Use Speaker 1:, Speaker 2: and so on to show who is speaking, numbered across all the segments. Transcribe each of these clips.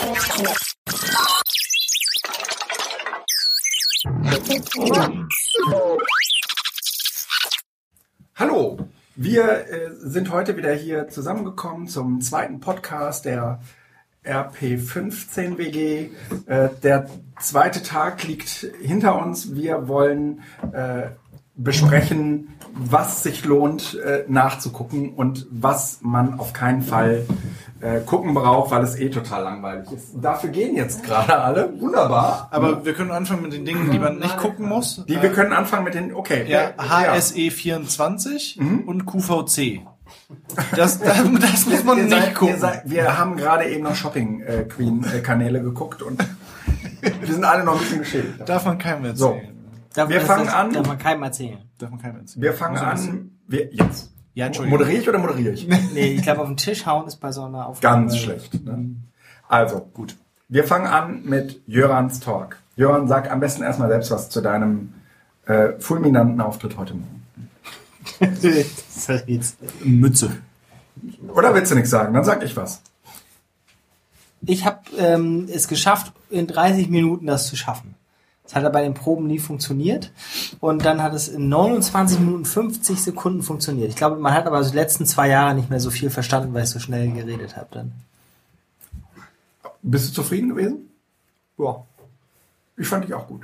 Speaker 1: Hallo, wir sind heute wieder hier zusammengekommen zum zweiten Podcast der RP15 WG. Der zweite Tag liegt hinter uns. Wir wollen besprechen, was sich lohnt nachzugucken und was man auf keinen Fall gucken braucht, weil es total langweilig ist. Dafür gehen jetzt gerade alle. Wunderbar.
Speaker 2: Aber wir können anfangen mit den Dingen, die man nicht gucken muss.
Speaker 1: Wir können anfangen mit den, okay.
Speaker 2: Ja, HSE24 und QVC. Das muss man nicht gucken.
Speaker 1: Wir haben gerade eben noch Shopping Queen Kanäle geguckt und wir sind alle noch ein bisschen geschädigt.
Speaker 2: Darf man keinem erzählen.
Speaker 1: So. Wir fangen an.
Speaker 3: Darf man keinem erzählen.
Speaker 1: Wir fangen an. Jetzt.
Speaker 2: Ja, Entschuldigung.
Speaker 1: Moderiere ich oder moderiere ich?
Speaker 3: Nee, ich glaube, auf den Tisch hauen ist bei so einer Aufgabe
Speaker 1: ganz schlecht. Ne? Also, gut. Wir fangen an mit Jörans Talk. Jöran, sag am besten erstmal selbst was zu deinem fulminanten Auftritt heute Morgen.
Speaker 3: Das ist jetzt
Speaker 2: Mütze.
Speaker 1: Oder willst du nichts sagen? Dann sag ich was.
Speaker 3: Ich habe es geschafft, in 30 Minuten das zu schaffen. Das hat ja bei den Proben nie funktioniert. Und dann hat es in 29 Minuten 50 Sekunden funktioniert. Ich glaube, man hat aber die letzten 2 Jahre nicht mehr so viel verstanden, weil ich so schnell geredet habe dann.
Speaker 1: Bist du zufrieden gewesen?
Speaker 3: Ja.
Speaker 1: Ich fand dich auch gut.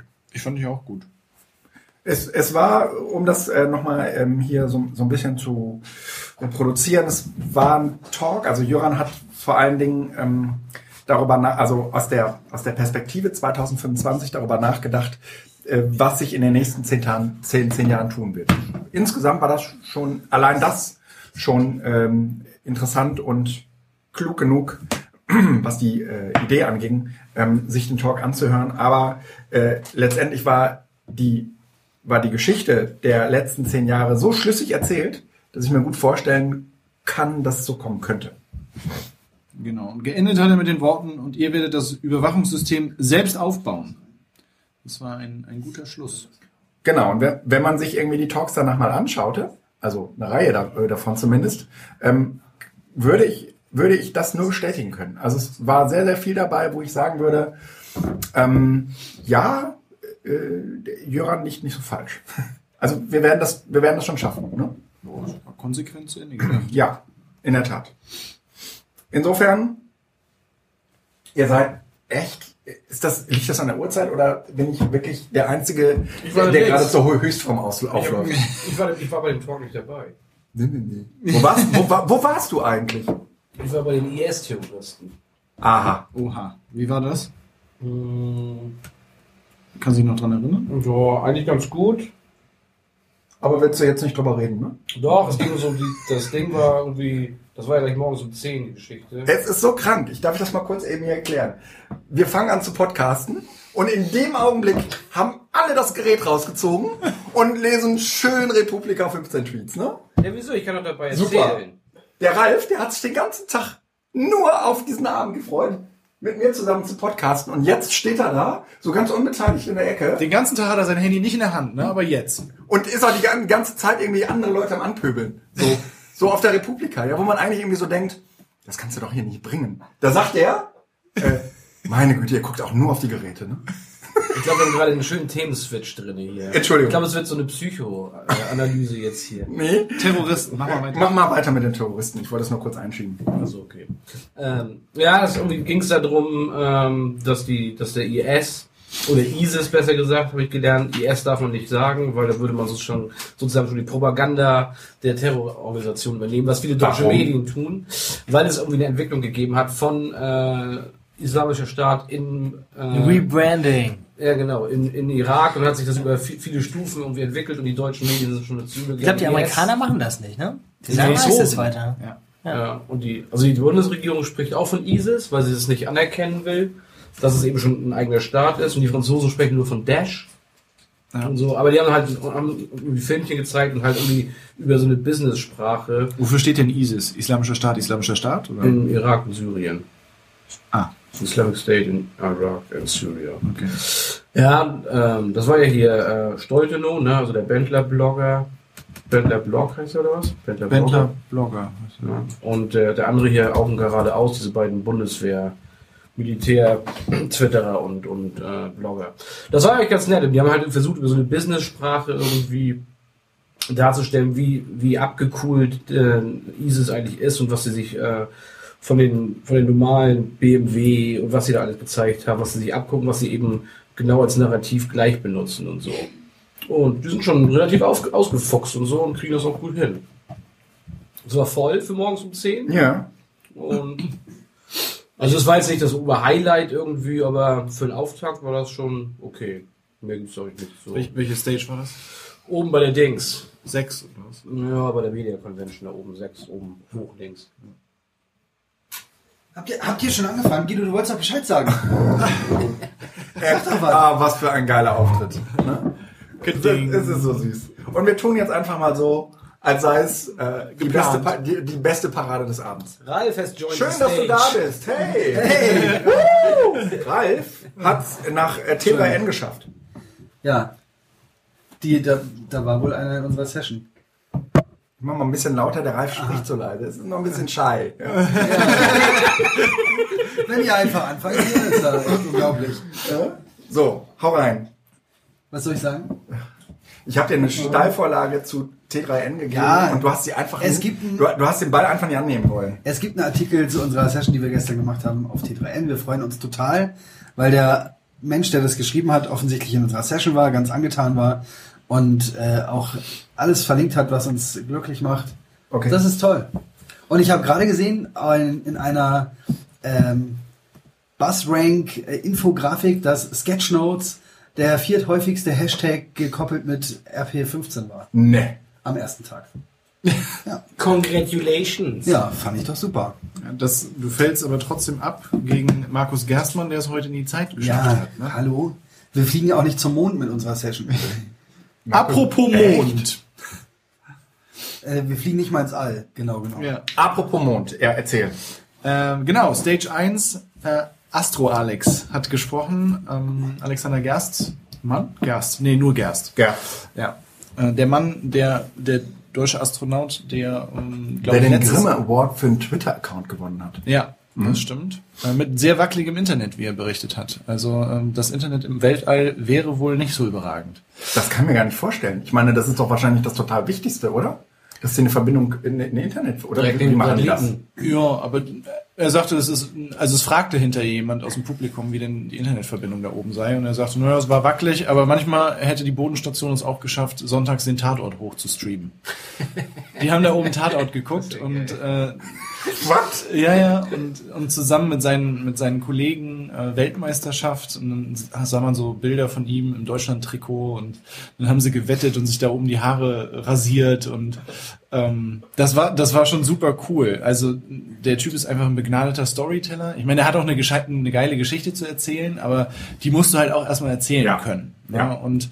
Speaker 1: Es war, um das nochmal hier so ein bisschen zu produzieren, es war ein Talk, also Jöran hat vor allen Dingen also aus der Perspektive 2025 darüber nachgedacht, was sich in den nächsten 10 Jahren tun wird. Insgesamt war das schon, allein das schon interessant und klug genug, was die Idee anging, sich den Talk anzuhören. Aber letztendlich war die Geschichte der letzten 10 Jahre so schlüssig erzählt, dass ich mir gut vorstellen kann, dass es so kommen könnte.
Speaker 2: Genau. Und geendet hat er mit den Worten, und ihr werdet das Überwachungssystem selbst aufbauen. Das war ein guter Schluss.
Speaker 1: Genau. Und wenn man sich irgendwie die Talks danach mal anschaute, also eine Reihe davon zumindest, würde ich das nur bestätigen können. Also es war sehr, sehr viel dabei, wo ich sagen würde, Jöran liegt nicht so falsch. Also wir werden das schon schaffen. Ne?
Speaker 2: Oh, das war konsequent zu Ende gedacht.
Speaker 1: Ja, in der Tat. Insofern, ihr seid echt, liegt das an der Uhrzeit oder bin ich wirklich der Einzige, der gerade zur Höchstform aufläuft?
Speaker 4: Ich war bei dem Talk nicht dabei.
Speaker 1: Nee. Wo warst du eigentlich?
Speaker 4: Ich war bei den IS-Terroristen.
Speaker 1: Aha.
Speaker 2: Oha. Wie war das? Kann sich noch dran erinnern?
Speaker 4: Ja, eigentlich ganz gut.
Speaker 1: Aber willst du jetzt nicht drüber reden, ne?
Speaker 4: Doch, es ging so das Ding war irgendwie, das war ja gleich morgens um 10 die Geschichte.
Speaker 1: Es ist so krank. Ich darf das mal kurz eben hier erklären. Wir fangen an zu podcasten und in dem Augenblick haben alle das Gerät rausgezogen und lesen schön Republika 15 Tweets, ne?
Speaker 4: Ja, wieso? Ich kann doch dabei
Speaker 1: Super.
Speaker 4: erzählen.
Speaker 1: Der Ralf, der hat sich den ganzen Tag nur auf diesen Abend gefreut, mit mir zusammen zu podcasten. Und jetzt steht er da, so ganz unbeteiligt in der Ecke.
Speaker 2: Den ganzen Tag hat er sein Handy nicht in der Hand, ne? Aber jetzt.
Speaker 1: Und ist auch die ganze Zeit irgendwie andere Leute am Anpöbeln. So auf der Republika, ja, wo man eigentlich irgendwie so denkt, das kannst du doch hier nicht bringen. Da sagt er, meine Güte, ihr guckt auch nur auf die Geräte, ne?
Speaker 4: Ich glaube, wir haben gerade einen schönen Themenswitch drin hier.
Speaker 1: Entschuldigung.
Speaker 4: Ich glaube, es wird so eine Psychoanalyse jetzt hier.
Speaker 1: Nee.
Speaker 2: Terroristen, mach mal weiter.
Speaker 1: Mach mal weiter mit den Terroristen. Ich wollte es nur kurz einschieben.
Speaker 4: Also okay. Irgendwie ging es darum, dass der IS oder ISIS besser gesagt, habe ich gelernt, IS darf man nicht sagen, weil da würde man sozusagen schon die Propaganda der Terrororganisation übernehmen, was viele deutsche Medien tun, weil es irgendwie eine Entwicklung gegeben hat von Islamischer Staat in
Speaker 3: Rebranding.
Speaker 4: Ja, genau, in Irak, und hat sich das über viele Stufen irgendwie entwickelt und die deutschen Medien sind schon dazu übergegangen.
Speaker 3: Ich glaube, die Amerikaner machen das nicht, ne? Die sagen ISIS weiter.
Speaker 4: Ja, und die Bundesregierung spricht auch von ISIS, weil sie es nicht anerkennen will, dass es eben schon ein eigener Staat ist, und die Franzosen sprechen nur von Daesh. Ja. Und so, aber die haben irgendwie Filmchen gezeigt und halt irgendwie über so eine Business-Sprache.
Speaker 2: Wofür steht denn ISIS? Islamischer Staat? Oder?
Speaker 4: In Irak und Syrien.
Speaker 2: Ah.
Speaker 4: Islamic State in Iraq und Syrien.
Speaker 2: Okay.
Speaker 4: Ja, das war ja hier Stoltenow, ne, also der Bendler-Blogger. Bendler-Blog heißt er oder was?
Speaker 2: Bendler-Blogger.
Speaker 4: Ja. Und der andere hier Augen geradeaus, diese beiden Militär, Twitterer und Blogger. Das war eigentlich ganz nett. Und die haben halt versucht, über so eine Business-Sprache irgendwie darzustellen, wie abgekühlt ISIS eigentlich ist und was sie sich von den normalen BMW und was sie da alles gezeigt haben, was sie sich abgucken, was sie eben genau als Narrativ gleich benutzen und so. Und die sind schon relativ ausgefuchst und so und kriegen das auch gut hin. Es war voll für morgens um 10.
Speaker 1: Ja.
Speaker 4: Und also es war jetzt nicht das Oberhighlight irgendwie, aber für den Auftakt war das schon okay. Mehr gibt's glaube ich nicht so.
Speaker 2: Welche Stage war das?
Speaker 4: Oben bei der Dings.
Speaker 2: 6 oder was?
Speaker 4: Ja, bei der Media Convention da oben 6, oben hoch links.
Speaker 5: Habt ihr schon angefangen? Guido, du wolltest doch Bescheid sagen.
Speaker 1: Was für ein geiler Auftritt. Ne? Das ist so süß. Und wir tun jetzt einfach mal so, als sei es die beste Parade des Abends.
Speaker 4: Ralf has joined
Speaker 1: Schön,
Speaker 4: the
Speaker 1: dass du
Speaker 4: stage.
Speaker 1: da bist. Hey! Ralf hat nach T3N geschafft.
Speaker 5: Ja. Da war wohl einer in unserer Session.
Speaker 1: Ich mach mal ein bisschen lauter, der Ralf spricht so leise. Es ist noch ein bisschen shy. Ja.
Speaker 5: Wenn ihr einfach anfangt, ist das echt unglaublich.
Speaker 1: So, hau rein.
Speaker 5: Was soll ich sagen?
Speaker 1: Ich habe dir eine Steilvorlage zu T3N gegeben und du hast sie einfach du hast den Ball einfach nicht annehmen wollen.
Speaker 5: Es gibt einen Artikel zu unserer Session, die wir gestern gemacht haben auf T3N. Wir freuen uns total, weil der Mensch, der das geschrieben hat, offensichtlich in unserer Session war, ganz angetan war und auch alles verlinkt hat, was uns glücklich macht.
Speaker 1: Okay.
Speaker 5: Das ist toll. Und ich habe gerade gesehen, in einer BuzzRank-Infografik, dass Sketchnotes der vierthäufigste Hashtag gekoppelt mit RP15 war.
Speaker 1: Nee.
Speaker 5: Am ersten Tag. Ja.
Speaker 4: Congratulations.
Speaker 5: Ja, fand ich doch super.
Speaker 2: Ja, du fällst aber trotzdem ab gegen Markus Gerstmann, der es heute in die Zeit geschafft hat. Ne?
Speaker 5: Hallo. Wir fliegen ja auch nicht zum Mond mit unserer Session.
Speaker 2: Apropos Mond.
Speaker 5: Wir fliegen nicht mal ins All. Genau.
Speaker 2: Ja.
Speaker 1: Apropos Mond, erzähl.
Speaker 2: Genau, Stage 1, Astro Alex hat gesprochen. Alexander Gerstmann? Gerst. Nee, nur Gerst.
Speaker 1: Gerst.
Speaker 2: Ja. Der Mann, der deutsche Astronaut, der
Speaker 1: der den Grimme Award für einen Twitter-Account gewonnen hat.
Speaker 2: Ja, das stimmt. Mit sehr wackeligem Internet, wie er berichtet hat. Also das Internet im Weltall wäre wohl nicht so überragend.
Speaker 1: Das kann ich mir gar nicht vorstellen. Ich meine, das ist doch wahrscheinlich das total Wichtigste, oder? Dass sie eine Verbindung in Internet, oder?
Speaker 4: Wie machen die das?
Speaker 2: Ja, aber er sagte, es fragte hinter jemand aus dem Publikum, wie denn die Internetverbindung da oben sei. Und er sagte, naja, es war wackelig, aber manchmal hätte die Bodenstation es auch geschafft, sonntags den Tatort hoch zu streamen. Die haben da oben Tatort geguckt und
Speaker 1: Was?
Speaker 2: Ja, und zusammen mit seinen Kollegen Weltmeisterschaft, und dann sah man so Bilder von ihm im Deutschland-Trikot und dann haben sie gewettet und sich da oben die Haare rasiert und das war schon super cool. Also der Typ ist einfach ein begnadeter Storyteller. Ich meine, er hat auch eine geile Geschichte zu erzählen, aber die musst du halt auch erstmal erzählen können. Ja. Und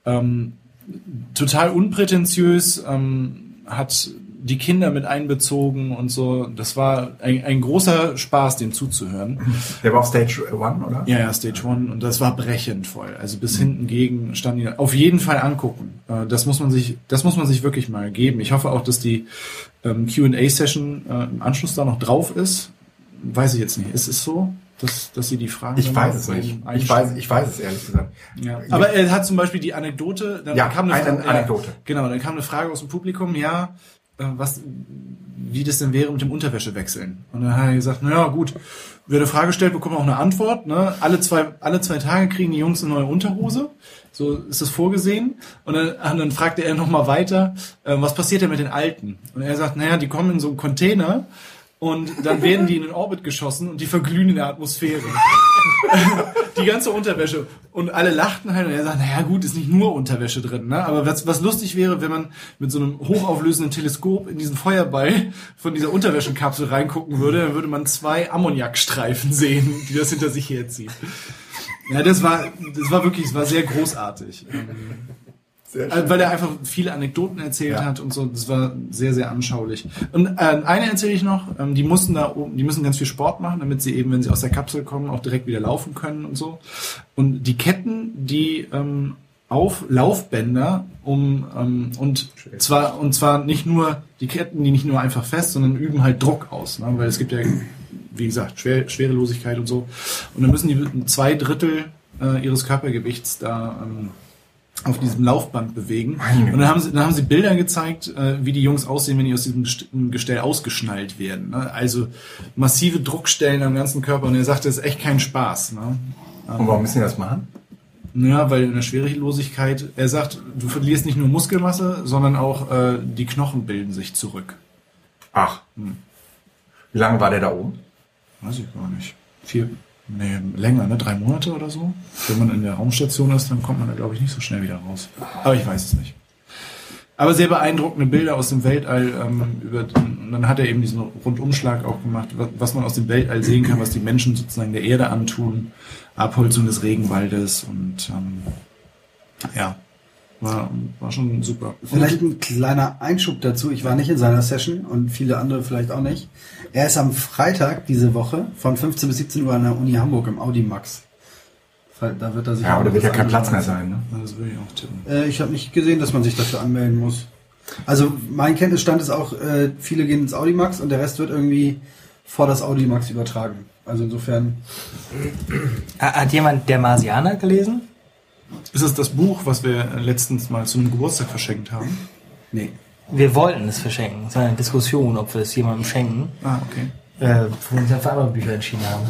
Speaker 2: total unprätentiös, hat die Kinder mit einbezogen und so. Das war ein großer Spaß, dem zuzuhören.
Speaker 1: Der war auf Stage 1, oder?
Speaker 2: Ja, Stage 1. Und das war brechend voll. Also bis hinten gegen standen die. Auf jeden Fall angucken. Das muss man sich wirklich mal geben. Ich hoffe auch, dass die Q&A-Session im Anschluss da noch drauf ist. Weiß ich jetzt nicht. Ist es so, dass sie die Fragen...
Speaker 1: Ich weiß es nicht. Ich weiß es ehrlich gesagt.
Speaker 2: Ja. Aber er hat zum Beispiel die Anekdote...
Speaker 1: Anekdote.
Speaker 2: Genau, dann kam eine Frage aus dem Publikum, wie das denn wäre mit dem Unterwäschewechseln. Und dann hat er gesagt, naja, gut, wer eine Frage stellt, bekommt auch eine Antwort. Ne? Alle zwei Tage kriegen die Jungs eine neue Unterhose. So ist das vorgesehen. Und dann fragte er nochmal weiter, was passiert denn mit den Alten? Und er sagt, naja, die kommen in so einen Container und dann werden die in den Orbit geschossen und die verglühen in der Atmosphäre. Die ganze Unterwäsche. Und alle lachten halt und er sagt, naja gut, ist nicht nur Unterwäsche drin, ne? Aber was lustig wäre, wenn man mit so einem hochauflösenden Teleskop in diesen Feuerball von dieser Unterwäschenkapsel reingucken würde, dann würde man 2 Ammoniakstreifen sehen, die das hinter sich herziehen. Ja, das war sehr großartig. Weil er einfach viele Anekdoten erzählt hat und so, das war sehr, sehr anschaulich. Und eine erzähle ich noch, die müssen ganz viel Sport machen, damit sie eben, wenn sie aus der Kapsel kommen, auch direkt wieder laufen können und so. Und die Ketten, die auf Laufbänder und zwar nicht nur die Ketten, die nicht nur einfach fest, sondern üben halt Druck aus, ne? Weil es gibt ja wie gesagt, Schwerelosigkeit und so. Und dann müssen die 2/3 ihres Körpergewichts da auf diesem Laufband bewegen. Und dann haben sie Bilder gezeigt, wie die Jungs aussehen, wenn die aus diesem Gestell ausgeschnallt werden. Ne? Also massive Druckstellen am ganzen Körper. Und er sagte, das ist echt kein Spaß. Ne?
Speaker 1: Und warum müssen die das machen?
Speaker 2: Ja, weil in der Schwerelosigkeit, er sagt, du verlierst nicht nur Muskelmasse, sondern auch die Knochen bilden sich zurück.
Speaker 1: Ach. Wie lange war der da oben?
Speaker 2: Weiß ich gar nicht. Länger, ne? 3 Monate oder so. Wenn man in der Raumstation ist, dann kommt man da, glaube ich, nicht so schnell wieder raus. Aber ich weiß es nicht. Aber sehr beeindruckende Bilder aus dem Weltall. Und dann hat er eben diesen Rundumschlag auch gemacht, was man aus dem Weltall sehen kann, was die Menschen sozusagen der Erde antun. Abholzung des Regenwaldes und war schon super.
Speaker 5: Vielleicht ein kleiner Einschub dazu. Ich war nicht in seiner Session und viele andere vielleicht auch nicht. Er ist am Freitag diese Woche von 15 bis 17 Uhr an der Uni Hamburg im Audimax. Da wird er sich
Speaker 1: aber da wird ja kein Platz mehr sein. Ne?
Speaker 2: Das würde ich auch tippen.
Speaker 5: Ich habe nicht gesehen, dass man sich dafür anmelden muss. Also mein Kenntnisstand ist auch, viele gehen ins Audimax und der Rest wird irgendwie vor das Audimax übertragen. Also insofern...
Speaker 3: Hat jemand der Marsianer gelesen?
Speaker 2: Ist es das Buch, was wir letztens mal zu einem Geburtstag verschenkt haben?
Speaker 5: Nee.
Speaker 3: Wir wollten es verschenken. Es war eine Diskussion, ob wir es jemandem schenken.
Speaker 2: Okay.
Speaker 3: Wo wir uns ja für andere Bücher entschieden haben.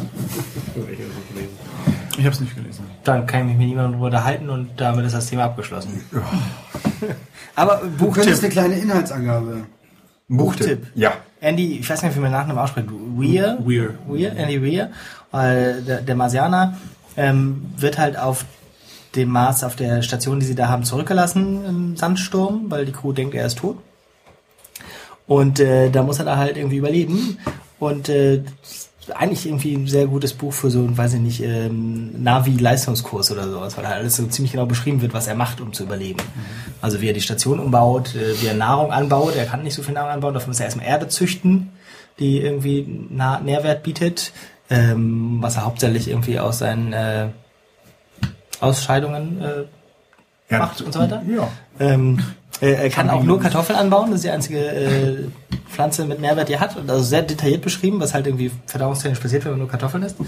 Speaker 2: Ich habe es nicht gelesen.
Speaker 3: Dann kann ich mich mit niemandem darüber unterhalten und damit ist das Thema abgeschlossen. Aber
Speaker 5: Du könntest eine kleine Inhaltsangabe.
Speaker 1: Buchtipp. Ja.
Speaker 3: Andy, ich weiß nicht, wie man Nachnamen ausspricht. Weir. Andy Weir. Der Marsianer wird halt auf dem Mars, auf der Station, die sie da haben, zurückgelassen im Sandsturm, weil die Crew denkt, er ist tot. Und da muss er da halt irgendwie überleben. Und eigentlich irgendwie ein sehr gutes Buch für so, weiß ich nicht, Navi-Leistungskurs oder sowas, weil da alles so ziemlich genau beschrieben wird, was er macht, um zu überleben. Also wie er die Station umbaut, wie er Nahrung anbaut. Er kann nicht so viel Nahrung anbauen, dafür muss er erstmal Erde züchten, die irgendwie Nährwert bietet, was er hauptsächlich irgendwie aus seinen Ausscheidungen macht und so weiter.
Speaker 1: Ja.
Speaker 3: Er kann auch nur Kartoffeln anbauen, das ist die einzige Pflanze mit Nährwert, die er hat. Und also sehr detailliert beschrieben, was halt irgendwie verdauungstechnisch passiert, wenn man nur Kartoffeln isst.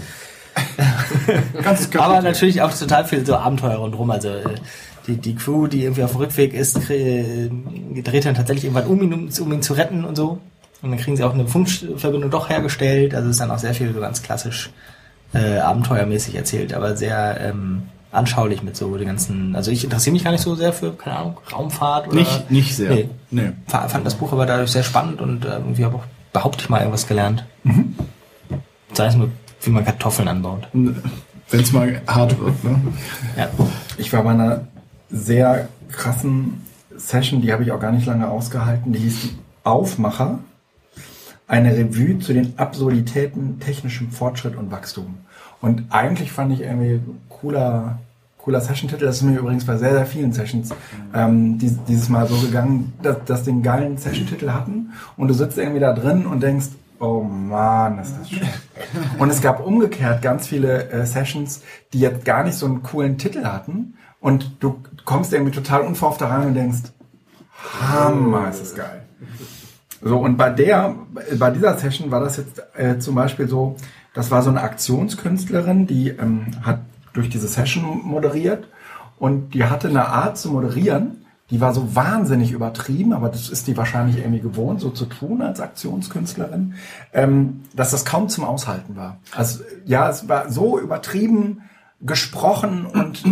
Speaker 3: Aber natürlich auch total viel so Abenteuer rundherum. Also die Crew, die irgendwie auf dem Rückweg ist, dreht dann tatsächlich irgendwann um ihn zu retten und so. Und dann kriegen sie auch eine Funkverbindung doch hergestellt. Also ist dann auch sehr viel so ganz klassisch abenteuermäßig erzählt, aber sehr anschaulich mit so den ganzen, also ich interessiere mich gar nicht so sehr für, keine Ahnung, Raumfahrt oder...
Speaker 2: Nicht sehr.
Speaker 3: Nee. Fand das Buch aber dadurch sehr spannend und irgendwie habe auch, behaupte ich mal, irgendwas gelernt. Mhm. Sei es nur, wie man Kartoffeln anbaut.
Speaker 2: Wenn es mal hart wird, ne?
Speaker 3: Ja.
Speaker 1: Ich war bei einer sehr krassen Session, die habe ich auch gar nicht lange ausgehalten, die hieß die Aufmacher, eine Revue zu den Absurditäten technischem Fortschritt und Wachstum. Und eigentlich fand ich irgendwie cooler Session-Titel. Das ist mir übrigens bei sehr, sehr vielen Sessions dieses Mal so gegangen, dass die einen geilen Session-Titel hatten und du sitzt irgendwie da drin und denkst, oh Mann, ist das schön. Und es gab umgekehrt ganz viele Sessions, die jetzt gar nicht so einen coolen Titel hatten und du kommst irgendwie total unverhofft da rein und denkst, Hammer, ist das geil. So, und bei dieser Session war das jetzt zum Beispiel so, das war so eine Aktionskünstlerin, die hat durch diese Session moderiert und die hatte eine Art zu moderieren, die war so wahnsinnig übertrieben, aber das ist die wahrscheinlich irgendwie gewohnt, so zu tun als Aktionskünstlerin, dass das kaum zum Aushalten war. Also ja, es war so übertrieben gesprochen und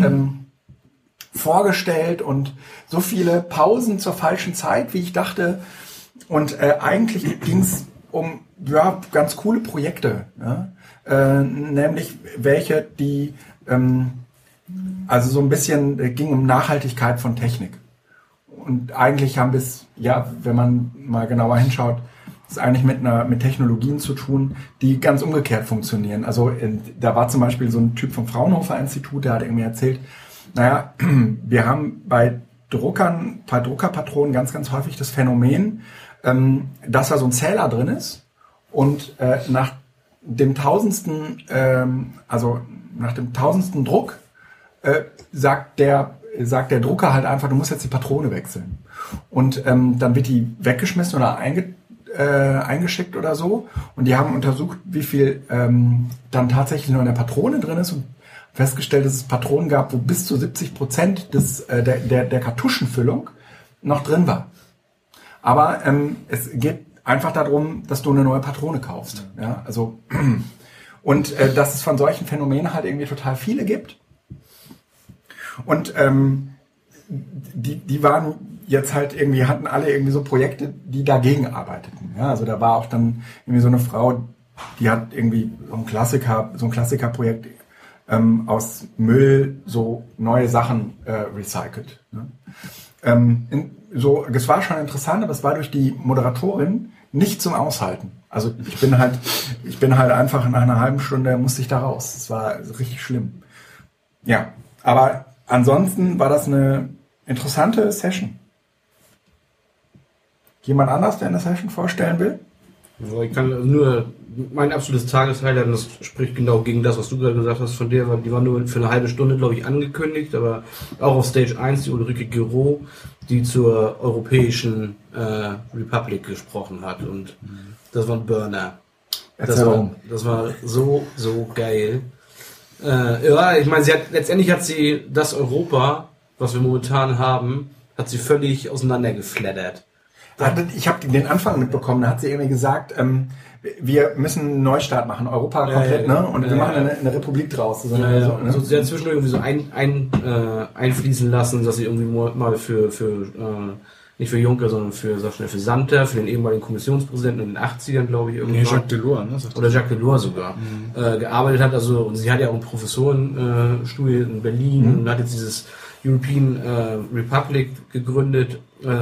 Speaker 1: vorgestellt und so viele Pausen zur falschen Zeit, wie ich dachte. Und eigentlich ging es um ganz coole Projekte, ja? Nämlich welche, die also so ein bisschen ging um Nachhaltigkeit von Technik. Und eigentlich haben wenn man mal genauer hinschaut, ist eigentlich mit Technologien zu tun, die ganz umgekehrt funktionieren. Also da war zum Beispiel so ein Typ vom Fraunhofer Institut, der hat irgendwie erzählt, wir haben bei Druckerpatronen ganz, ganz häufig das Phänomen, dass da so ein Zähler drin ist und nach dem 1000. Druck sagt der Drucker halt einfach, du musst jetzt die Patrone wechseln. Und dann wird die weggeschmissen oder eingeschickt oder so. Und die haben untersucht, wie viel dann tatsächlich nur in der Patrone drin ist und festgestellt, dass es Patronen gab, wo bis zu 70% der Kartuschenfüllung noch drin war. Aber es geht einfach darum, dass du eine neue Patrone kaufst. Ja, also und dass es von solchen Phänomenen halt irgendwie total viele gibt. Und die waren jetzt halt irgendwie, hatten alle irgendwie so Projekte, die dagegen arbeiteten. Ja, also da war auch dann irgendwie so eine Frau, die hat irgendwie so ein Klassikerprojekt aus Müll so neue Sachen recycelt. Ne? Es war schon interessant, aber es war durch die Moderatorin nicht zum Aushalten. Also ich bin halt einfach nach einer halben Stunde musste ich da raus. Es war richtig schlimm. Ja, aber ansonsten war das eine interessante Session. Jemand anders, der eine Session vorstellen will?
Speaker 4: Also ich kann nur mein absolutes Tageshighlight, und das spricht genau gegen das, was du gerade gesagt hast, von der, die war nur für eine halbe Stunde, glaube ich, angekündigt, aber auch auf Stage 1 die Ulrike Giraud, die zur europäischen Republic gesprochen hat, und das war ein Burner. Das war so geil. Ja, ich meine, letztendlich hat sie das Europa, was wir momentan haben, hat sie völlig auseinandergeflattert.
Speaker 1: Ich habe den Anfang mitbekommen, da hat sie irgendwie gesagt, wir müssen einen Neustart machen, Europa komplett, ne? Und wir machen eine Republik draus. So, ne?
Speaker 4: So, sie hat zwischendurch irgendwie so einfließen lassen, dass sie irgendwie mal für nicht für Juncker, sondern für Santer, für den ehemaligen Kommissionspräsidenten in den 80ern, glaube ich, irgendwie.
Speaker 2: Jacques Delors, ne?
Speaker 4: Oder Jacques Delors sogar, gearbeitet hat. Also, und sie hat ja auch einen Professorenstuhl in Berlin und hat jetzt dieses European Republic gegründet.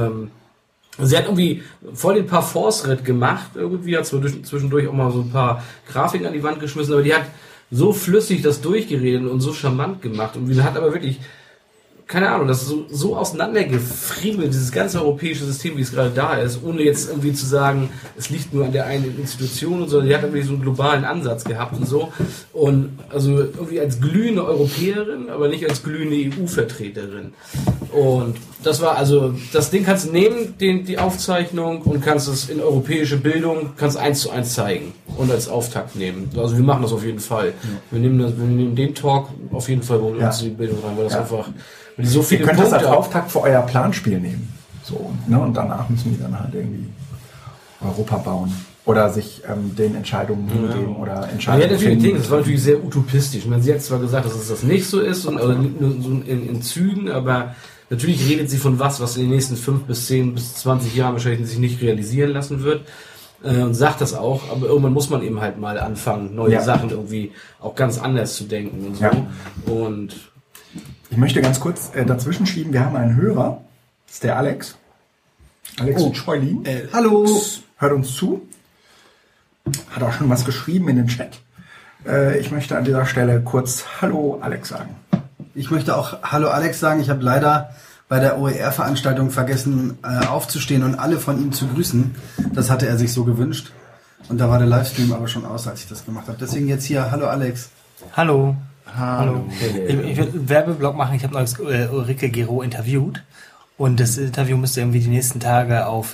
Speaker 4: Sie hat irgendwie voll den Parforce-Ritt gemacht, irgendwie, hat zwischendurch auch mal so ein paar Grafiken an die Wand geschmissen, aber die hat so flüssig das durchgeredet und so charmant gemacht, und sie hat aber wirklich, keine Ahnung, das ist so auseinandergefriemelt, dieses ganze europäische System, wie es gerade da ist, ohne jetzt irgendwie zu sagen, es liegt nur an der einen Institution, sondern die hat irgendwie so einen globalen Ansatz gehabt und so. Und also irgendwie als glühende Europäerin, aber nicht als glühende EU-Vertreterin. Und das war also, das Ding kannst du nehmen, die Aufzeichnung, und kannst es in europäische Bildung, kannst 1:1 zeigen und als Auftakt nehmen. Also wir machen das auf jeden Fall. Ja. Wir nehmen den Talk auf jeden Fall bei uns in die Bildung rein, weil das einfach, weil die so viele
Speaker 1: Punkte. Ihr könnt das als
Speaker 4: auch
Speaker 1: Auftakt für euer Planspiel nehmen. So, ne? Und danach müssen die dann halt irgendwie Europa bauen. Oder sich den Entscheidungen hingeben oder Entscheidungen
Speaker 4: ja, natürlich finden. Das war natürlich sehr utopistisch. Ich meine, sie hat zwar gesagt, dass es das nicht so ist, also nur so in Zügen, aber natürlich redet sie von was in den nächsten 5 bis 10 bis 20 Jahren wahrscheinlich sich nicht realisieren lassen wird. Und sagt das auch, aber irgendwann muss man eben halt mal anfangen, neue Sachen irgendwie auch ganz anders zu denken und so. Ja. Und
Speaker 1: ich möchte ganz kurz dazwischen schieben, wir haben einen Hörer, das ist der Alex. Alex Scheulin.
Speaker 5: Hallo.
Speaker 1: Hört uns zu. Hat auch schon was geschrieben in den Chat. Ich möchte an dieser Stelle kurz Hallo Alex sagen.
Speaker 5: Ich möchte auch Hallo Alex sagen. Ich habe leider bei der OER-Veranstaltung vergessen aufzustehen und alle von ihm zu grüßen. Das hatte er sich so gewünscht. Und da war der Livestream aber schon aus, als ich das gemacht habe. Deswegen jetzt hier Hallo Alex.
Speaker 3: Hallo. Ich will einen Werbeblock machen. Ich habe neulich Ulrike Giraud interviewt. Und das Interview müsste irgendwie die nächsten Tage auf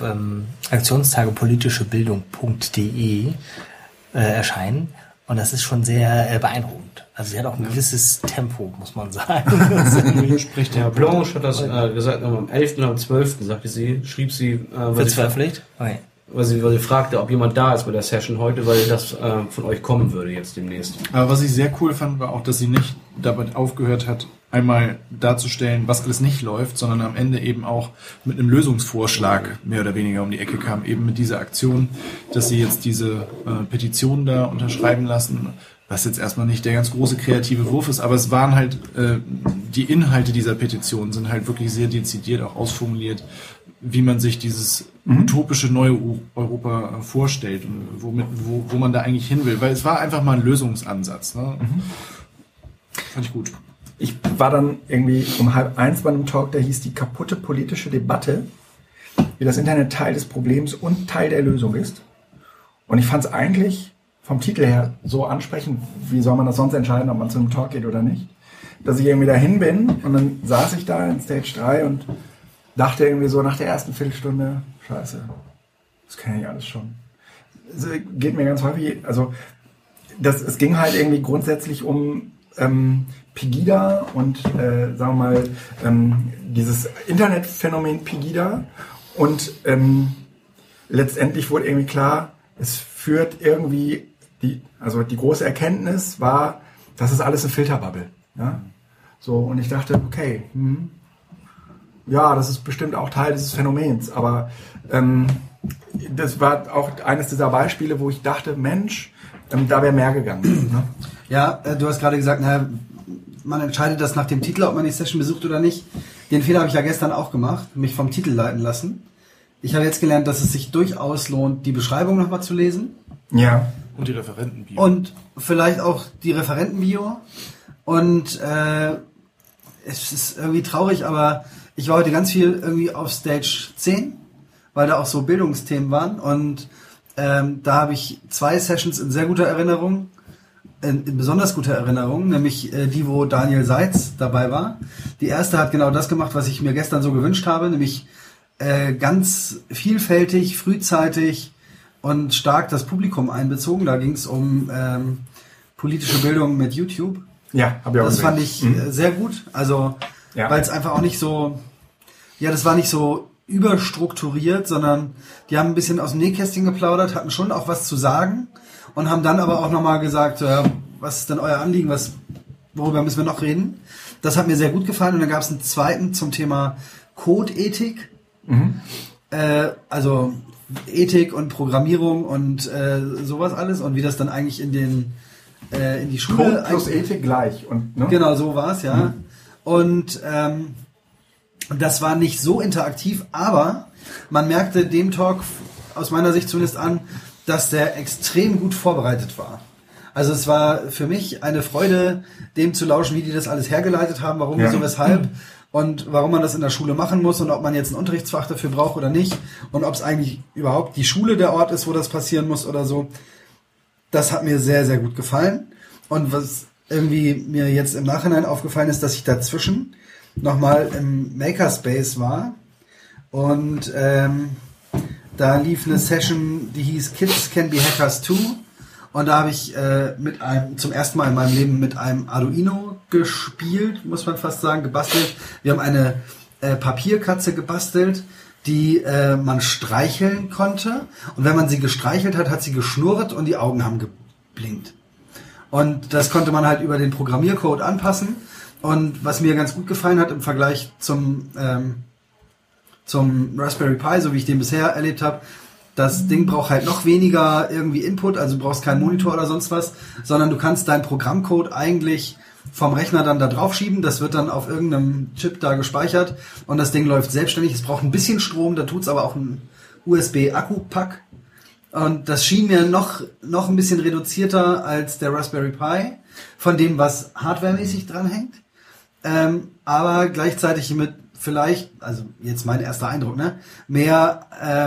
Speaker 3: aktionstagepolitischebildung.de erscheinen. Und das ist schon sehr beeindruckend. Also sie hat auch ein gewisses Tempo, muss man sagen.
Speaker 4: Spricht der Blanche hat das gesagt, am 11. oder am 12. schrieb sie,
Speaker 3: wird veröffentlicht? Okay.
Speaker 4: Weil sie fragte, ob jemand da ist bei der Session heute, weil das von euch kommen würde jetzt demnächst.
Speaker 2: Aber was ich sehr cool fand, war auch, dass sie nicht damit aufgehört hat, einmal darzustellen, was alles nicht läuft, sondern am Ende eben auch mit einem Lösungsvorschlag mehr oder weniger um die Ecke kam, eben mit dieser Aktion, dass sie jetzt diese Petition da unterschreiben lassen, was jetzt erstmal nicht der ganz große kreative Wurf ist, aber es waren halt, die Inhalte dieser Petition sind halt wirklich sehr dezidiert auch ausformuliert, wie man sich dieses utopische neue Europa vorstellt und wo man da eigentlich hin will, weil es war einfach mal ein Lösungsansatz. Ne? Fand ich gut.
Speaker 1: Ich war dann irgendwie um 12:30 bei einem Talk, der hieß die kaputte politische Debatte, wie das Internet Teil des Problems und Teil der Lösung ist. Und ich fand es eigentlich vom Titel her so ansprechend, wie soll man das sonst entscheiden, ob man zu einem Talk geht oder nicht, dass ich irgendwie dahin bin und dann saß ich da in Stage 3 und dachte irgendwie so nach der ersten Viertelstunde, scheiße, Das kenne ich alles schon. Es geht mir ganz häufig, also es ging halt irgendwie grundsätzlich um Pegida und sagen wir mal dieses Internetphänomen Pegida und letztendlich wurde irgendwie klar, es führt irgendwie die große Erkenntnis war, das ist alles eine Filterbubble. Ja? So, und ich dachte, okay, ja, das ist bestimmt auch Teil dieses Phänomens, aber das war auch eines dieser Beispiele, wo ich dachte, Mensch, da wäre mehr gegangen. Ne?
Speaker 5: Ja, du hast gerade gesagt, man entscheidet das nach dem Titel, ob man die Session besucht oder nicht. Den Fehler habe ich ja gestern auch gemacht, mich vom Titel leiten lassen. Ich habe jetzt gelernt, dass es sich durchaus lohnt, die Beschreibung nochmal zu lesen.
Speaker 1: Ja.
Speaker 2: Und die Referentenbio.
Speaker 5: Und vielleicht auch die Referentenbio. Und es ist irgendwie traurig, aber ich war heute ganz viel irgendwie auf Stage 10, weil da auch so Bildungsthemen waren. Und da habe ich 2 Sessions in sehr guter Erinnerung, in besonders guter Erinnerung, nämlich die, wo Daniel Seitz dabei war. Die erste hat genau das gemacht, was ich mir gestern so gewünscht habe, nämlich ganz vielfältig, frühzeitig und stark das Publikum einbezogen. Da ging es um politische Bildung mit YouTube.
Speaker 1: Ja, habe ich auch
Speaker 5: Das
Speaker 1: gesehen.
Speaker 5: fand ich sehr gut. Also,
Speaker 1: Ja.
Speaker 5: weil es einfach auch nicht so, ja, das war nicht so überstrukturiert, sondern die haben ein bisschen aus dem Nähkästchen geplaudert, hatten schon auch was zu sagen und haben dann aber auch nochmal gesagt, was ist denn euer Anliegen, worüber müssen wir noch reden? Das hat mir sehr gut gefallen und dann gab es einen zweiten zum Thema Codeethik. Also Ethik und Programmierung und sowas alles und wie das dann eigentlich in die Schule...
Speaker 1: Code plus Ethik gleich. Und, ne?
Speaker 5: Genau, so war es, ja. Und das war nicht so interaktiv, aber man merkte dem Talk aus meiner Sicht zumindest an, dass der extrem gut vorbereitet war. Also es war für mich eine Freude, dem zu lauschen, wie die das alles hergeleitet haben, warum, wieso, weshalb und warum man das in der Schule machen muss und ob man jetzt ein Unterrichtsfach dafür braucht oder nicht und ob es eigentlich überhaupt die Schule der Ort ist, wo das passieren muss oder so. Das hat mir sehr, sehr gut gefallen. Und was irgendwie mir jetzt im Nachhinein aufgefallen ist, dass ich dazwischen nochmal im Makerspace war und da lief eine Session, die hieß Kids Can Be Hackers Too und da habe ich zum ersten Mal in meinem Leben mit einem Arduino gespielt, muss man fast sagen, gebastelt. Wir haben eine Papierkatze gebastelt, die man streicheln konnte und wenn man sie gestreichelt hat, hat sie geschnurrt und die Augen haben geblinkt. Und das konnte man halt über den Programmiercode anpassen. Und was mir ganz gut gefallen hat im Vergleich zum Raspberry Pi, so wie ich den bisher erlebt habe, das Ding braucht halt noch weniger irgendwie Input, also du brauchst keinen Monitor oder sonst was, sondern du kannst deinen Programmcode eigentlich vom Rechner dann da drauf schieben, das wird dann auf irgendeinem Chip da gespeichert und das Ding läuft selbstständig. Es braucht ein bisschen Strom, da tut's aber auch ein USB-Akku-Pack. Und das schien mir noch ein bisschen reduzierter als der Raspberry Pi, von dem, was hardwaremäßig dranhängt. Aber gleichzeitig mit vielleicht, also jetzt mein erster Eindruck, ne, mehr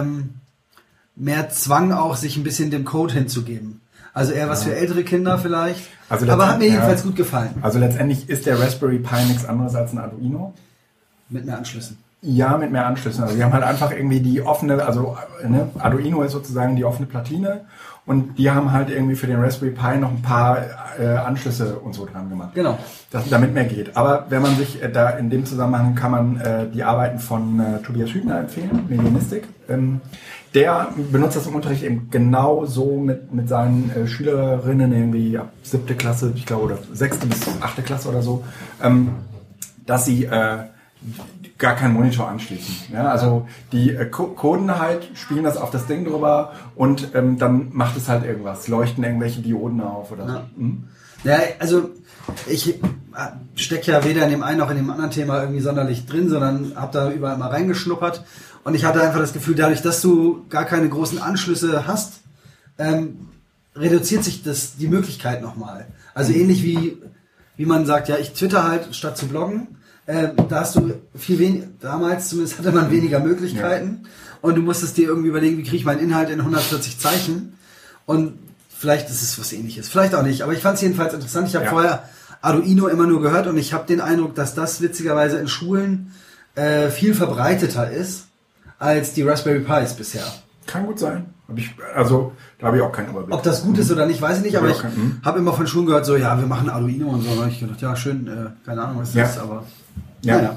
Speaker 5: Zwang auch, sich ein bisschen dem Code hinzugeben. Also eher was für ältere Kinder vielleicht.
Speaker 1: Also
Speaker 5: aber hat mir jedenfalls gut gefallen.
Speaker 1: Also letztendlich ist der Raspberry Pi nichts anderes als ein Arduino.
Speaker 5: Mit mehr Anschlüssen.
Speaker 1: Ja, mit mehr Anschlüssen. Also die haben halt einfach irgendwie die offene, also Arduino ist sozusagen die offene Platine und die haben halt irgendwie für den Raspberry Pi noch ein paar Anschlüsse und so dran gemacht.
Speaker 5: Genau.
Speaker 1: Damit mehr geht. Aber wenn man sich da in dem Zusammenhang kann man die Arbeiten von Tobias Hübner empfehlen, Medianistik. Der benutzt das im Unterricht eben genau so mit seinen Schülerinnen irgendwie ab 7. Klasse, ich glaube, oder 6. bis 8. Klasse oder so, dass sie gar keinen Monitor anschließen. Ja, also die coden halt, spielen das auf das Ding drüber und dann macht es halt irgendwas, leuchten irgendwelche Dioden auf oder so.
Speaker 5: Ja. Ja, also ich stecke ja weder in dem einen noch in dem anderen Thema irgendwie sonderlich drin, sondern habe da überall mal reingeschnuppert und ich hatte einfach das Gefühl, dadurch, dass du gar keine großen Anschlüsse hast, reduziert sich die Möglichkeit nochmal. Also ähnlich wie man sagt, ja, ich twitter halt statt zu bloggen, da hast du viel weniger, damals zumindest hatte man weniger Möglichkeiten und du musstest dir irgendwie überlegen, wie kriege ich meinen Inhalt in 140 Zeichen und vielleicht ist es was Ähnliches, vielleicht auch nicht, aber ich fand es jedenfalls interessant. Ich habe vorher Arduino immer nur gehört und ich habe den Eindruck, dass das witzigerweise in Schulen viel verbreiteter ist als die Raspberry Pis bisher.
Speaker 1: Kann gut sein. Da habe ich auch keinen Überblick.
Speaker 5: Ob das gut ist oder nicht, weiß ich nicht, aber ich
Speaker 1: Mhm.
Speaker 5: habe immer von Schulen gehört, so, ja, wir machen Arduino und so. Da habe ich gedacht, ja, schön, keine Ahnung, was das ist, aber
Speaker 1: Ja.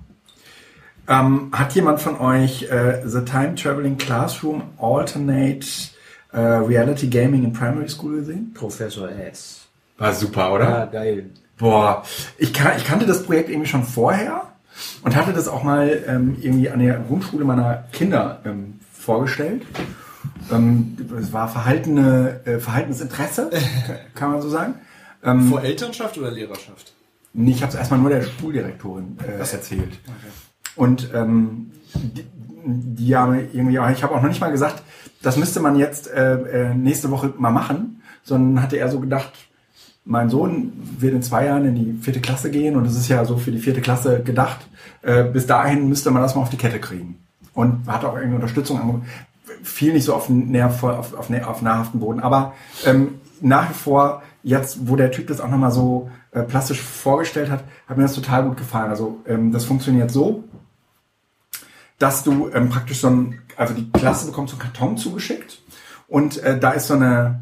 Speaker 1: Hat jemand von euch The Time Traveling Classroom Alternate Reality Gaming in Primary School gesehen?
Speaker 4: Professor S.
Speaker 1: War super, oder?
Speaker 4: Ja, geil.
Speaker 1: Boah, ich kannte das Projekt irgendwie schon vorher und hatte das auch mal irgendwie an der Grundschule meiner Kinder vorgestellt. Es war verhaltenes Interesse, kann man so sagen.
Speaker 2: Vor Elternschaft oder Lehrerschaft?
Speaker 1: Nee, ich habe es erstmal nur der Schuldirektorin erzählt. Okay. Und die haben irgendwie, ich habe auch noch nicht mal gesagt, das müsste man jetzt nächste Woche mal machen, sondern hatte er so gedacht, mein Sohn wird in 2 Jahren in die 4. Klasse gehen und es ist ja so für die 4. Klasse gedacht. Bis dahin müsste man das mal auf die Kette kriegen. Und hat auch irgendwie Unterstützung angeboten. Fiel nicht so auf nahrhaften Boden. Aber nach wie vor, jetzt, wo der Typ das auch nochmal so plastisch vorgestellt hat, hat mir das total gut gefallen. Also das funktioniert so, dass du praktisch also die Klasse bekommt so einen Karton zugeschickt und da ist so eine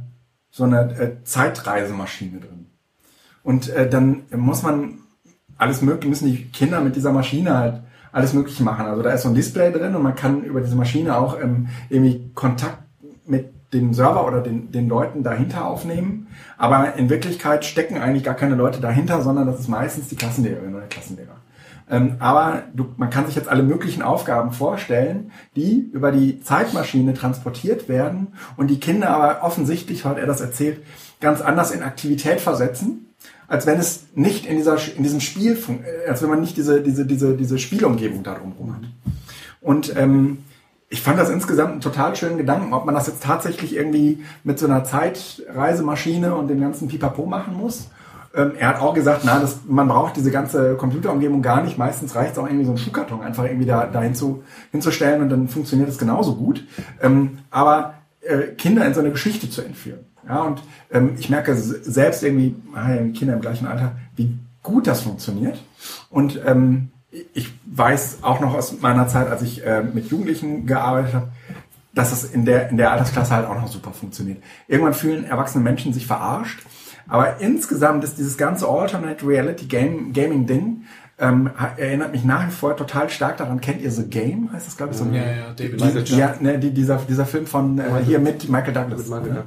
Speaker 1: Zeitreisemaschine drin. Und dann müssen die Kinder mit dieser Maschine halt alles Mögliche machen. Also da ist so ein Display drin und man kann über diese Maschine auch irgendwie Kontakt mit dem Server oder den Leuten dahinter aufnehmen. Aber in Wirklichkeit stecken eigentlich gar keine Leute dahinter, sondern das ist meistens die Klassenlehrerin oder der Klassenlehrer. Aber man kann sich jetzt alle möglichen Aufgaben vorstellen, die über die Zeitmaschine transportiert werden und die Kinder aber offensichtlich, hat er das erzählt, ganz anders in Aktivität versetzen, als wenn es nicht in diesem Spiel, als wenn man nicht diese Spielumgebung da drumherum hat. Und ich fand das insgesamt einen total schönen Gedanken, ob man das jetzt tatsächlich irgendwie mit so einer Zeitreisemaschine und dem ganzen Pipapo machen muss. Er hat auch gesagt, man braucht diese ganze Computerumgebung gar nicht. Meistens reicht es auch irgendwie so einen Schuhkarton einfach irgendwie da hinzustellen und dann funktioniert es genauso gut. Aber Kinder in so eine Geschichte zu entführen. Ja, und ich merke selbst irgendwie, Kinder im gleichen Alter, wie gut das funktioniert. Und ich weiß auch noch aus meiner Zeit, als ich mit Jugendlichen gearbeitet habe, dass es in der Altersklasse halt auch noch super funktioniert. Irgendwann fühlen erwachsene Menschen sich verarscht. Aber insgesamt ist dieses ganze Alternate Reality Gaming Ding, erinnert mich nach wie vor total stark daran. Kennt ihr The Game? Heißt das, glaube ich, so?
Speaker 2: Ja, David.
Speaker 1: Dieser Film von hier mit Michael Douglas.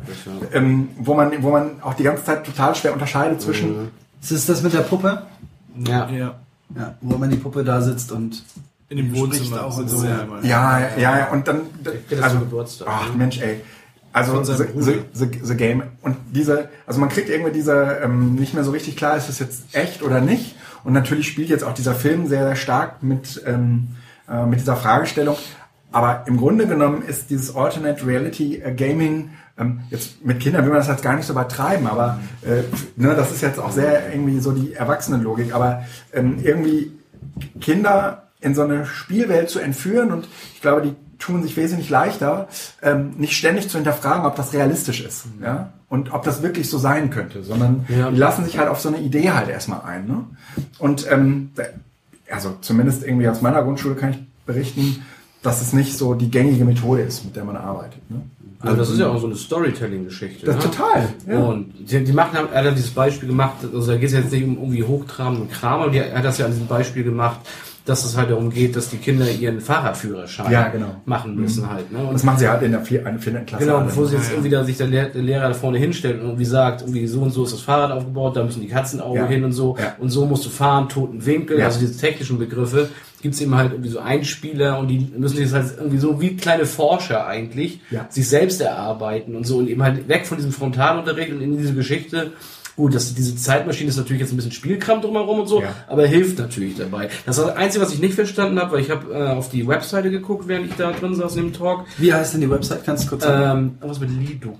Speaker 1: Wo man auch die ganze Zeit total schwer unterscheidet zwischen.
Speaker 5: Ist das mit der Puppe?
Speaker 4: Ja.
Speaker 5: Ja, wo man die Puppe da sitzt und
Speaker 2: in dem Wohnzimmer
Speaker 5: auch und so.
Speaker 1: Ja, und dann.
Speaker 4: Also Geburtstag.
Speaker 1: Ach, Mensch, ey. Also the Game und also man kriegt irgendwie nicht mehr so richtig klar, ist das jetzt echt oder nicht. Und natürlich spielt jetzt auch dieser Film sehr, sehr stark mit dieser Fragestellung. Aber im Grunde genommen ist dieses Alternate Reality Gaming, jetzt mit Kindern will man das jetzt gar nicht so übertreiben, aber das ist jetzt auch sehr irgendwie so die Erwachsenenlogik. Aber irgendwie Kinder in so eine Spielwelt zu entführen und ich glaube, die tun sich wesentlich leichter, nicht ständig zu hinterfragen, ob das realistisch ist, ja, und ob das wirklich so sein könnte, sondern die lassen sich halt auf so eine Idee halt erstmal ein, ne? Und also zumindest irgendwie aus meiner Grundschule kann ich berichten, dass es nicht so die gängige Methode ist, mit der man arbeitet, ne?
Speaker 4: Also das ist ja auch so eine Storytelling-Geschichte.
Speaker 1: Das
Speaker 4: ne?
Speaker 1: Total. Ja.
Speaker 4: Und er hat dieses Beispiel gemacht, also da geht es jetzt nicht um irgendwie hochtrabenden Kram, aber er hat das ja an diesem Beispiel gemacht, dass es halt darum geht, dass die Kinder ihren Fahrradführerschein machen müssen halt. Ne? Und
Speaker 1: das machen sie halt in der 4. Klasse.
Speaker 4: Genau, bevor sie jetzt irgendwie da sich der Lehrer da vorne hinstellt und irgendwie sagt, irgendwie so und so ist das Fahrrad aufgebaut, da müssen die Katzenaugen hin und so und so musst du fahren, toten Winkel, also diese technischen Begriffe, gibt's eben halt irgendwie so Einspieler und die müssen sich halt irgendwie so wie kleine Forscher eigentlich sich selbst erarbeiten und so und eben halt weg von diesem Frontalunterricht und in diese Geschichte. Gut, diese Zeitmaschine ist natürlich jetzt ein bisschen Spielkram drumherum und so, aber hilft natürlich dabei. Das ist das Einzige, was ich nicht verstanden habe, weil ich habe auf die Webseite geguckt, während ich da drin saß in dem Talk.
Speaker 5: Wie heißt denn die Website? Kannst du kurz sagen?
Speaker 4: Was mit Lido?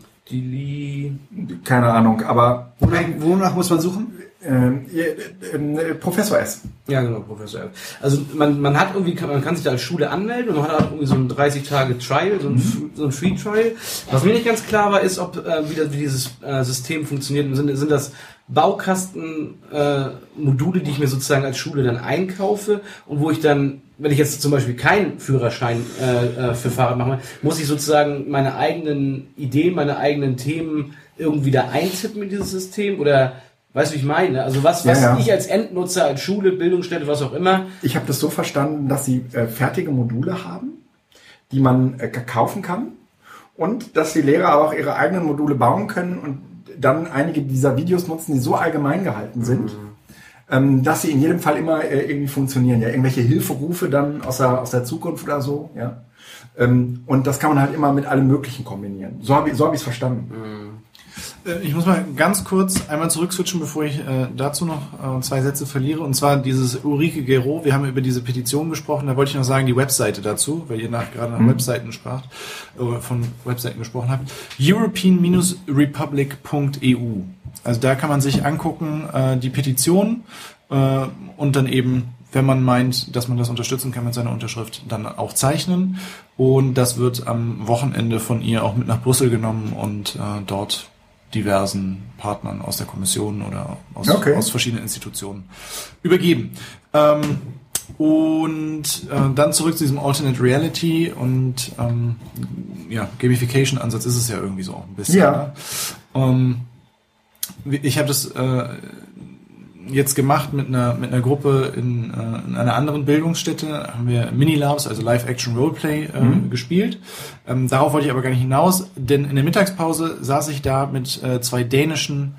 Speaker 1: Keine Ahnung, aber
Speaker 5: wonach muss man suchen?
Speaker 1: Professor S.
Speaker 4: Ja, genau, Professor S. Also man hat irgendwie, man kann sich da als Schule anmelden und man hat auch irgendwie so ein 30-Tage-Trial, so ein Free-Trial. Was mir nicht ganz klar war, ist, ob wie dieses System funktioniert. Sind das Baukasten Module, die ich mir sozusagen als Schule dann einkaufe und wo ich dann, wenn ich jetzt zum Beispiel keinen Führerschein für Fahrrad mache, muss ich sozusagen meine eigenen Ideen, meine eigenen Themen irgendwie da eintippen in dieses System oder weißt du, wie ich meine? Also was ich als Endnutzer, als Schule, Bildungsstätte, was auch immer.
Speaker 1: Ich habe das so verstanden, dass sie fertige Module haben, die man kaufen kann und dass die Lehrer aber auch ihre eigenen Module bauen können und dann einige dieser Videos nutzen, die so allgemein gehalten sind, dass sie in jedem Fall immer irgendwie funktionieren. Ja, irgendwelche Hilferufe dann aus der Zukunft oder so. Ja, und das kann man halt immer mit allem Möglichen kombinieren. So hab ich es verstanden.
Speaker 2: Ich muss mal ganz kurz einmal zurückswitchen, bevor ich dazu noch 2 Sätze verliere. Und zwar dieses Ulrike Guerreau. Wir haben über diese Petition gesprochen. Da wollte ich noch sagen, die Webseite dazu, weil ihr gerade nach Webseiten von Webseiten gesprochen habt. European-Republic.eu. Also da kann man sich angucken, die Petition und dann eben, wenn man meint, dass man das unterstützen kann mit seiner Unterschrift, dann auch zeichnen. Und das wird am Wochenende von ihr auch mit nach Brüssel genommen und dort diversen Partnern aus der Kommission oder aus verschiedenen Institutionen übergeben. Und dann zurück zu diesem Alternate Reality und Gamification-Ansatz ist es ja irgendwie so ein bisschen.
Speaker 1: Ja.
Speaker 2: Ich habe das jetzt gemacht mit einer Gruppe in einer anderen Bildungsstätte, haben wir Mini-Labs, also Live-Action-Roleplay gespielt. Darauf wollte ich aber gar nicht hinaus, denn in der Mittagspause saß ich da mit 2 dänischen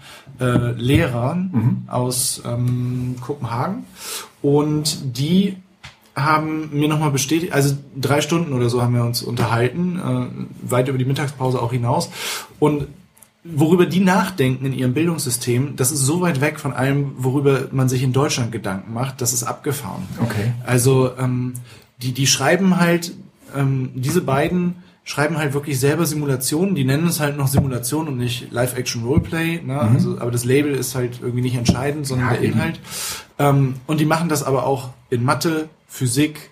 Speaker 2: Lehrern aus Kopenhagen und die haben mir nochmal bestätigt, also 3 Stunden oder so haben wir uns unterhalten, weit über die Mittagspause auch hinaus und worüber die nachdenken in ihrem Bildungssystem, das ist so weit weg von allem, worüber man sich in Deutschland Gedanken macht, das ist abgefahren.
Speaker 1: Okay.
Speaker 2: Also die schreiben halt, diese beiden schreiben halt wirklich selber Simulationen, die nennen es halt noch Simulation und nicht Live-Action-Roleplay, ne? Also, aber das Label ist halt irgendwie nicht entscheidend, sondern der Inhalt. Und die machen das aber auch in Mathe, Physik,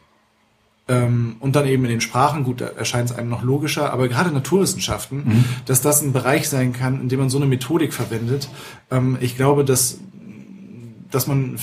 Speaker 2: und dann eben in den Sprachen, gut, da erscheint es einem noch logischer, aber gerade Naturwissenschaften, dass das ein Bereich sein kann, in dem man so eine Methodik verwendet. Ich glaube, dass man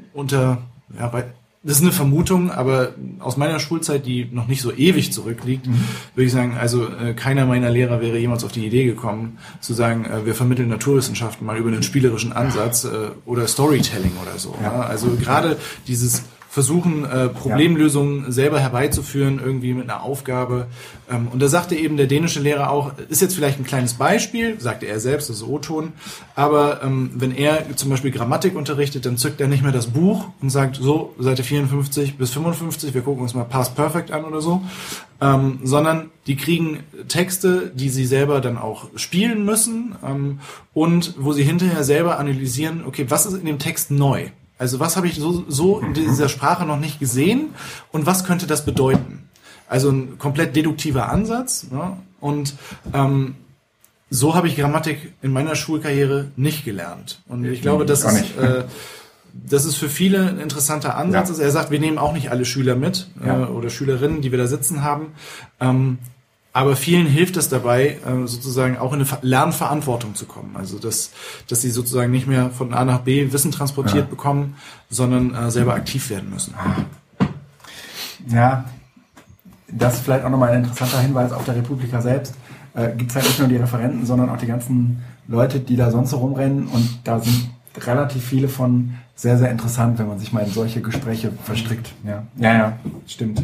Speaker 2: das ist eine Vermutung, aber aus meiner Schulzeit, die noch nicht so ewig zurückliegt, würde ich sagen, also keiner meiner Lehrer wäre jemals auf die Idee gekommen, zu sagen, wir vermitteln Naturwissenschaften mal über einen spielerischen Ansatz oder Storytelling oder so. Ja. Also gerade dieses Versuchen, Problemlösungen selber herbeizuführen, irgendwie mit einer Aufgabe. Und da sagte eben der dänische Lehrer auch, ist jetzt vielleicht ein kleines Beispiel, sagte er selbst, das ist O-Ton, aber wenn er zum Beispiel Grammatik unterrichtet, dann zückt er nicht mehr das Buch und sagt, so, Seite 54 bis 55, wir gucken uns mal Past Perfect an oder so, sondern die kriegen Texte, die sie selber dann auch spielen müssen und wo sie hinterher selber analysieren, okay, was ist in dem Text neu? Also was habe ich so in dieser Sprache noch nicht gesehen und was könnte das bedeuten? Also ein komplett deduktiver Ansatz. Ne? Und so habe ich Grammatik in meiner Schulkarriere nicht gelernt. Und ich glaube, das ist für viele ein interessanter Ansatz. Ja. Er sagt, wir nehmen auch nicht alle Schüler mit oder Schülerinnen, die wir da sitzen haben. Aber vielen hilft es dabei, sozusagen auch in eine Lernverantwortung zu kommen. Also dass sie sozusagen nicht mehr von A nach B Wissen transportiert bekommen, sondern selber aktiv werden müssen.
Speaker 1: Ja, das ist vielleicht auch nochmal ein interessanter Hinweis auf der Republika selbst. Gibt es halt nicht nur die Referenten, sondern auch die ganzen Leute, die da sonst so rumrennen. Und da sind relativ viele von sehr, sehr interessant, wenn man sich mal in solche Gespräche verstrickt. Ja, stimmt.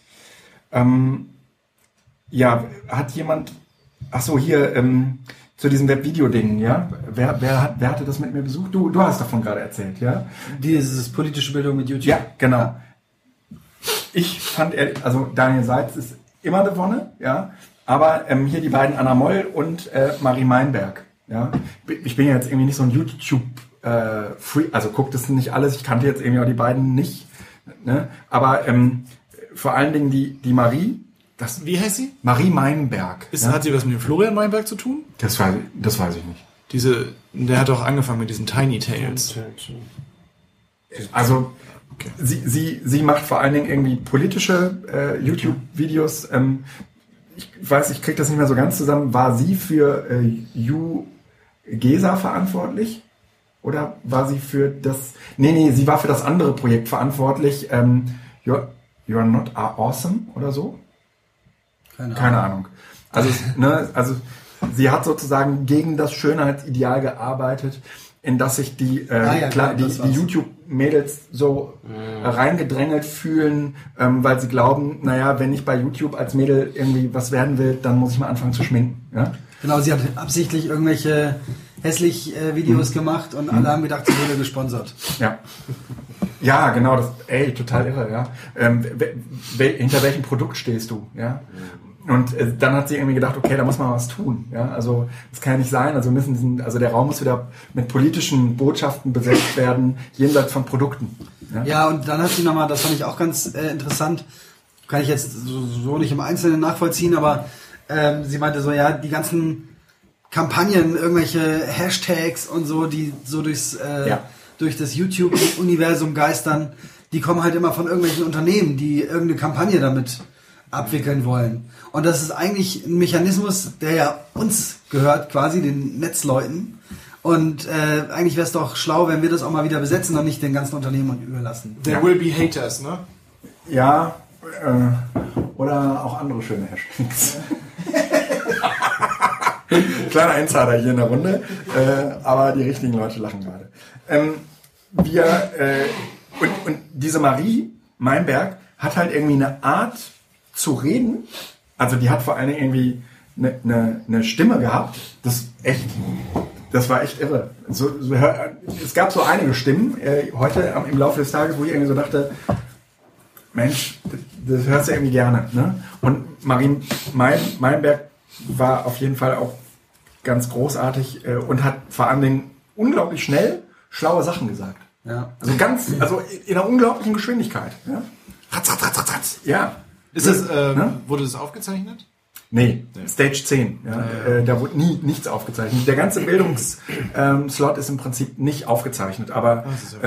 Speaker 1: Ja, hat jemand, ach so, hier, zu diesem Webvideo-Ding, ja? Wer hatte das mit mir besucht? Du hast davon gerade erzählt, ja?
Speaker 5: Dieses politische Bildung mit YouTube.
Speaker 1: Ja, genau. Ich fand, also Daniel Seitz ist immer eine Wonne, ja? Aber hier die beiden Anna Moll und Marie Meinberg, ja? Ich bin ja jetzt irgendwie nicht so ein YouTube-Freak, also guckt das nicht alles, ich kannte jetzt irgendwie auch die beiden nicht, ne? Aber vor allen Dingen die Marie,
Speaker 2: wie heißt sie?
Speaker 1: Marie Meinberg.
Speaker 2: Hat sie was mit dem Florian Meinberg zu tun?
Speaker 1: Das weiß ich nicht.
Speaker 2: Der hat auch angefangen mit diesen Tiny Tales.
Speaker 1: Also okay. Sie macht vor allen Dingen irgendwie politische YouTube-Videos. Ich kriege das nicht mehr so ganz zusammen. War sie für UGESA verantwortlich? Oder war sie für das... Nee, sie war für das andere Projekt verantwortlich. You're not awesome oder so? Keine Ahnung. Also sie hat sozusagen gegen das Schönheitsideal gearbeitet, in das sich die YouTube-Mädels so reingedrängelt fühlen, weil sie glauben, naja, wenn ich bei YouTube als Mädel irgendwie was werden will, dann muss ich mal anfangen zu schminken. Ja?
Speaker 5: Genau, sie hat absichtlich irgendwelche hässlich Videos gemacht und alle haben gedacht, sie wurde gesponsert.
Speaker 1: Ja, genau, total irre, ja. Hinter welchem Produkt stehst du, ja? Und dann hat sie irgendwie gedacht, okay, da muss man was tun, ja. Also, das kann ja nicht sein. Also der Raum muss wieder mit politischen Botschaften besetzt werden, jenseits von Produkten.
Speaker 5: Ja, und dann hat sie nochmal, das fand ich auch ganz interessant, kann ich jetzt so nicht im Einzelnen nachvollziehen, aber sie meinte so, ja, die ganzen Kampagnen, irgendwelche Hashtags und so, die so durch das YouTube-Universum geistern, die kommen halt immer von irgendwelchen Unternehmen, die irgendeine Kampagne damit abwickeln wollen. Und das ist eigentlich ein Mechanismus, der ja uns gehört, quasi den Netzleuten. Und eigentlich wäre es doch schlau, wenn wir das auch mal wieder besetzen und nicht den ganzen Unternehmen überlassen.
Speaker 2: There will be haters, ne?
Speaker 1: Ja, oder auch andere schöne Hashtags. Kleiner Insider hier in der Runde, aber die richtigen Leute lachen gerade. Und diese Marie Meinberg hat halt irgendwie eine Art zu reden, also die hat vor allen Dingen irgendwie eine Stimme gehabt, das war echt irre. Es gab so einige Stimmen heute im Laufe des Tages, wo ich irgendwie so dachte, Mensch, das hörst du irgendwie gerne. Ne? Und Marie Meinberg war auf jeden Fall auch ganz großartig und hat vor allen Dingen unglaublich schnell schlaue Sachen gesagt.
Speaker 5: Ja.
Speaker 1: Also in einer unglaublichen Geschwindigkeit. Ja? Ratz. Ja.
Speaker 2: Ist das, wurde das aufgezeichnet?
Speaker 1: Nee, Stage 10. Ja. Da wurde nichts aufgezeichnet. Der ganze Bildungsslot ist im Prinzip nicht aufgezeichnet, aber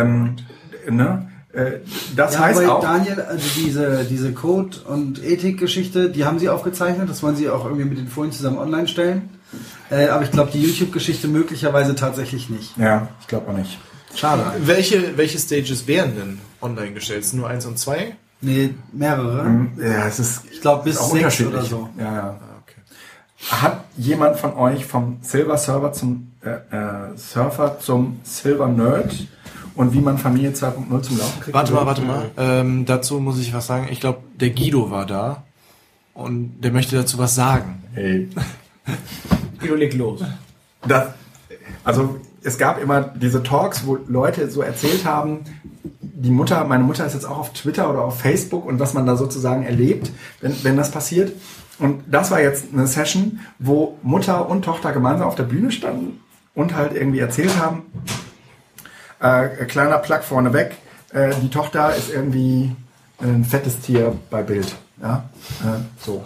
Speaker 1: das heißt auch...
Speaker 5: Daniel, also diese Code- und Ethik-Geschichte, die haben sie aufgezeichnet, das wollen sie auch irgendwie mit den Folien zusammen online stellen. Aber ich glaube, die YouTube-Geschichte möglicherweise tatsächlich nicht.
Speaker 1: Ja, ich glaube auch nicht.
Speaker 5: Schade.
Speaker 2: Welche Stages wären denn online gestellt? Nur 1 und 2?
Speaker 5: Nee, mehrere.
Speaker 1: Ja, es ist,
Speaker 5: ich glaube, bis
Speaker 1: auch
Speaker 5: 6 oder so.
Speaker 1: Ja. Okay. Hat jemand von euch vom Silver Server zum Surfer zum Silver Nerd und wie man Familie 2.0 zum Laufen kriegt?
Speaker 2: Warte mal. Dazu muss ich was sagen. Ich glaube, der Guido war da und der möchte dazu was sagen.
Speaker 1: Hey.
Speaker 4: Guido, leg los.
Speaker 1: Also es gab immer diese Talks, wo Leute so erzählt haben, meine Mutter ist jetzt auch auf Twitter oder auf Facebook und was man da sozusagen erlebt, wenn das passiert. Und das war jetzt eine Session, wo Mutter und Tochter gemeinsam auf der Bühne standen und halt irgendwie erzählt haben, kleiner Plug vorneweg, die Tochter ist irgendwie ein fettes Tier bei Bild. Ja? So.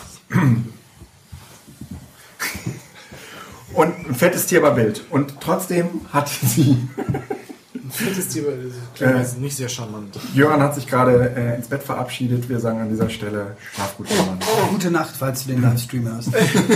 Speaker 1: Und ein fettes Tier bei Bild. Und trotzdem hat sie...
Speaker 2: Ein fettes Tier klingt nicht sehr charmant.
Speaker 1: Jöran hat sich gerade ins Bett verabschiedet. Wir sagen an dieser Stelle, schlaf gut, Jöran.
Speaker 5: Gute Nacht, falls du den Livestream hörst.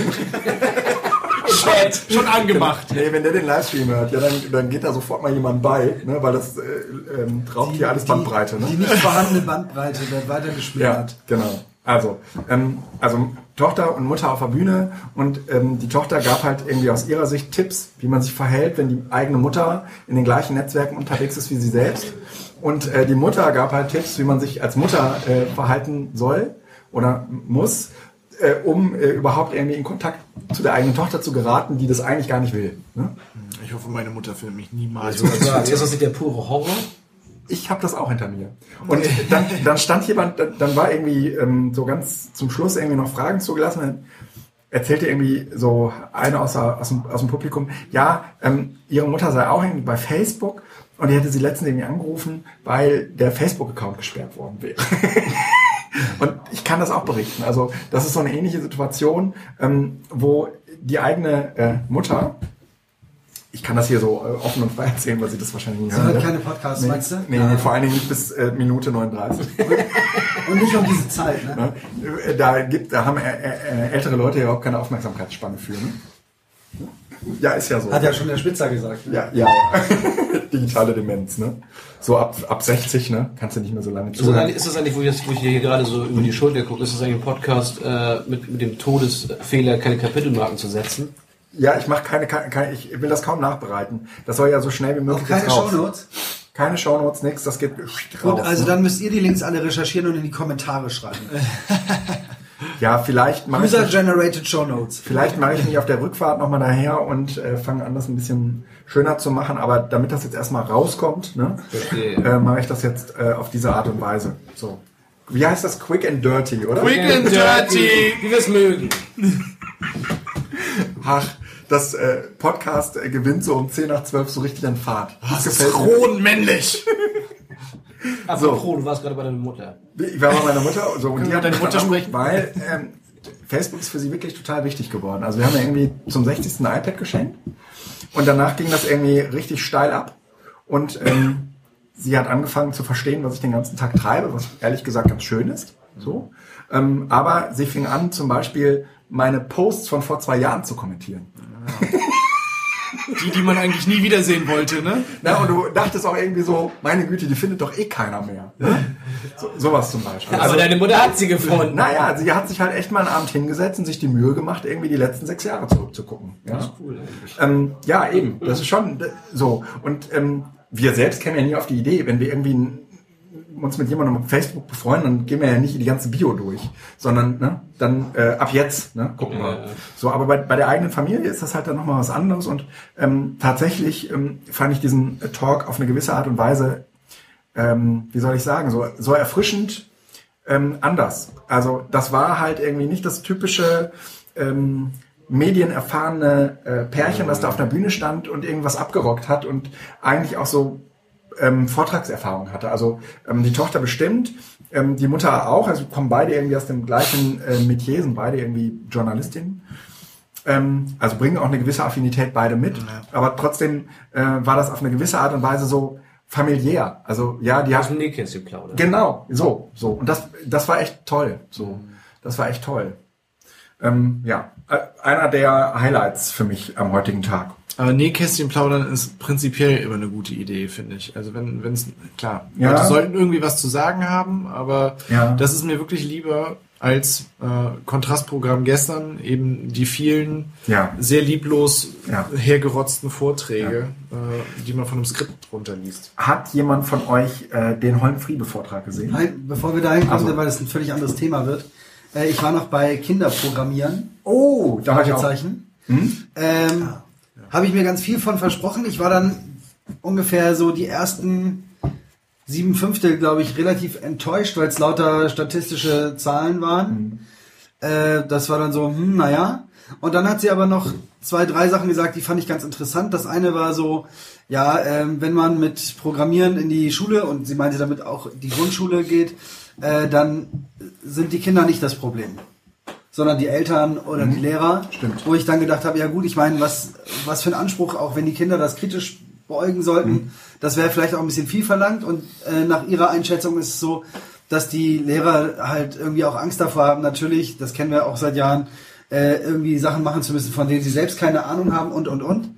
Speaker 2: Schon angemacht.
Speaker 1: Nee, wenn der den Livestream hört, ja, dann geht da sofort mal jemand bei, ne, weil das raubt hier alles Bandbreite. Ne?
Speaker 5: Die nicht vorhandene Bandbreite wird weitergespielt.
Speaker 1: Ja, genau. Also Tochter und Mutter auf der Bühne und die Tochter gab halt irgendwie aus ihrer Sicht Tipps, wie man sich verhält, wenn die eigene Mutter in den gleichen Netzwerken unterwegs ist wie sie selbst. Und die Mutter gab halt Tipps, wie man sich als Mutter verhalten soll oder muss, um überhaupt irgendwie in Kontakt zu der eigenen Tochter zu geraten, die das eigentlich gar nicht will. Ne?
Speaker 2: Ich hoffe, meine Mutter findet mich niemals.
Speaker 4: Also, ist das nicht der pure Horror?
Speaker 1: Ich habe das auch hinter mir. Und dann stand jemand, dann war irgendwie so ganz zum Schluss irgendwie noch Fragen zugelassen. Dann erzählte irgendwie so eine aus dem Publikum, ja, ihre Mutter sei auch irgendwie bei Facebook und die hätte sie letztens irgendwie angerufen, weil der Facebook-Account gesperrt worden wäre. Und ich kann das auch berichten. Also das ist so eine ähnliche Situation, wo die eigene Mutter... Ich kann das hier so offen und frei erzählen, weil sie das wahrscheinlich nicht
Speaker 5: hören.
Speaker 1: Sie
Speaker 5: hört keine Podcasts, meinst du?
Speaker 1: Nee, vor allen Dingen nicht bis Minute 39.
Speaker 5: Und nicht um diese Zeit, ne?
Speaker 1: Da haben ältere Leute ja überhaupt keine Aufmerksamkeitsspanne für. Ne? Ja, ist ja so.
Speaker 5: Hat ja schon der Spitzer gesagt. Ne?
Speaker 1: Ja. Digitale Demenz, ne? So ab 60, ne? Kannst du nicht mehr so lange zuhören.
Speaker 4: Ist das eigentlich, wo ich hier gerade so über die Schulter gucke, ist das eigentlich ein Podcast mit dem Todesfehler, keine Kapitelmarken zu setzen?
Speaker 1: Ja, ich mache keine, ich will das kaum nachbereiten. Das soll ja so schnell wie möglich
Speaker 5: Auch keine
Speaker 1: jetzt raus.
Speaker 5: Shownotes?
Speaker 1: Keine Shownotes, nix, das geht raus.
Speaker 5: Gut, also
Speaker 1: ne?
Speaker 5: dann müsst ihr die Links alle recherchieren und in die Kommentare schreiben.
Speaker 1: Ja, vielleicht mache ich
Speaker 5: User-generated Shownotes.
Speaker 1: mich auf der Rückfahrt nochmal daher und fange an, das ein bisschen schöner zu machen. Aber damit das jetzt erstmal rauskommt, ne, mache ich das jetzt auf diese Art und Weise. So. Wie heißt das? Quick and Dirty, oder?
Speaker 2: Quick and Dirty!
Speaker 4: Wie wir es mögen.
Speaker 1: Ach, das Podcast gewinnt so um 10 nach 12 so richtig an Fahrt.
Speaker 2: Das ist roh und männlich.
Speaker 4: Apropos, du warst gerade bei deiner Mutter.
Speaker 1: Ich war bei meiner Mutter, so, und die hat
Speaker 2: deine
Speaker 1: mich
Speaker 2: Mutter
Speaker 1: dann
Speaker 2: sprechen?
Speaker 1: weil Facebook ist für sie wirklich total wichtig geworden. Also wir haben ja irgendwie zum 60. ein iPad geschenkt und danach ging das irgendwie richtig steil ab und sie hat angefangen zu verstehen, was ich den ganzen Tag treibe, was ehrlich gesagt ganz schön ist. So. Aber sie fing an, zum Beispiel meine Posts von vor 2 Jahren zu kommentieren.
Speaker 2: Die man eigentlich nie wiedersehen wollte, ne?
Speaker 1: Na, und du dachtest auch irgendwie so, meine Güte, die findet doch eh keiner mehr. Ne? Sowas zum Beispiel.
Speaker 4: Aber deine Mutter hat sie gefunden.
Speaker 1: Naja, sie hat sich halt echt mal einen Abend hingesetzt und sich die Mühe gemacht, irgendwie die letzten 6 Jahre zurückzugucken. Ja?
Speaker 4: Das ist cool eigentlich.
Speaker 1: Ja, eben. Das ist schon so. Und wir selbst kämen ja nie auf die Idee, wenn wir irgendwie uns mit jemandem auf Facebook befreunden, dann gehen wir ja nicht die ganze Bio durch, sondern ne, dann ab jetzt, ne, gucken wir.
Speaker 4: Ja.
Speaker 1: So, aber bei der eigenen Familie ist das halt dann nochmal was anderes und tatsächlich fand ich diesen Talk auf eine gewisse Art und Weise, wie soll ich sagen, so erfrischend anders. Also das war halt irgendwie nicht das typische medienerfahrene Pärchen, das da auf der Bühne stand und irgendwas abgerockt hat und eigentlich auch so Vortragserfahrung hatte. Also die Tochter bestimmt, die Mutter auch, also kommen beide irgendwie aus dem gleichen Metier, sind beide irgendwie Journalistinnen. Also bringen auch eine gewisse Affinität beide mit, aber trotzdem war das auf eine gewisse Art und Weise so familiär. Also ja, die
Speaker 4: Aus
Speaker 1: haben
Speaker 4: dem Nähkästchen plaudern.
Speaker 1: genau, so. Und das war echt toll. So, das war echt toll. Ja, einer der Highlights für mich am heutigen Tag.
Speaker 2: Aber Nähkästchen plaudern ist prinzipiell immer eine gute Idee, finde ich. Also wenn es klar,
Speaker 1: Ja.
Speaker 2: Leute sollten irgendwie was zu sagen haben, aber
Speaker 1: Ja.
Speaker 2: das ist mir wirklich lieber als Kontrastprogramm gestern eben die vielen
Speaker 1: Ja.
Speaker 2: sehr lieblos
Speaker 1: Ja.
Speaker 2: hergerotzten Vorträge, die man von einem Skript runterliest.
Speaker 1: Hat jemand von euch den Holm-Friebe-Vortrag gesehen?
Speaker 5: Nein, bevor wir dahin kommen,
Speaker 1: Also.
Speaker 5: weil das ein völlig anderes Thema wird. Ich war noch bei Kinderprogrammieren.
Speaker 1: Oh, da war ich auch.
Speaker 5: Fragezeichen. Habe ich mir ganz viel von versprochen. Ich war dann ungefähr so die ersten 7/5, glaube ich, relativ enttäuscht, weil es lauter statistische Zahlen waren. Das war dann so, naja. Und dann hat sie aber noch 2, 3 Sachen gesagt, die fand ich ganz interessant. Das eine war so, ja, wenn man mit Programmieren in die Schule, und sie meinte damit auch die Grundschule geht, dann sind die Kinder nicht das Problem, sondern die Eltern oder die Lehrer.
Speaker 1: Stimmt.
Speaker 5: Wo ich dann gedacht habe, ja gut, ich meine, was für ein Anspruch, auch wenn die Kinder das kritisch beäugen sollten, das wäre vielleicht auch ein bisschen viel verlangt. Und nach ihrer Einschätzung ist es so, dass die Lehrer halt irgendwie auch Angst davor haben, natürlich, das kennen wir auch seit Jahren, irgendwie Sachen machen zu müssen, von denen sie selbst keine Ahnung haben und.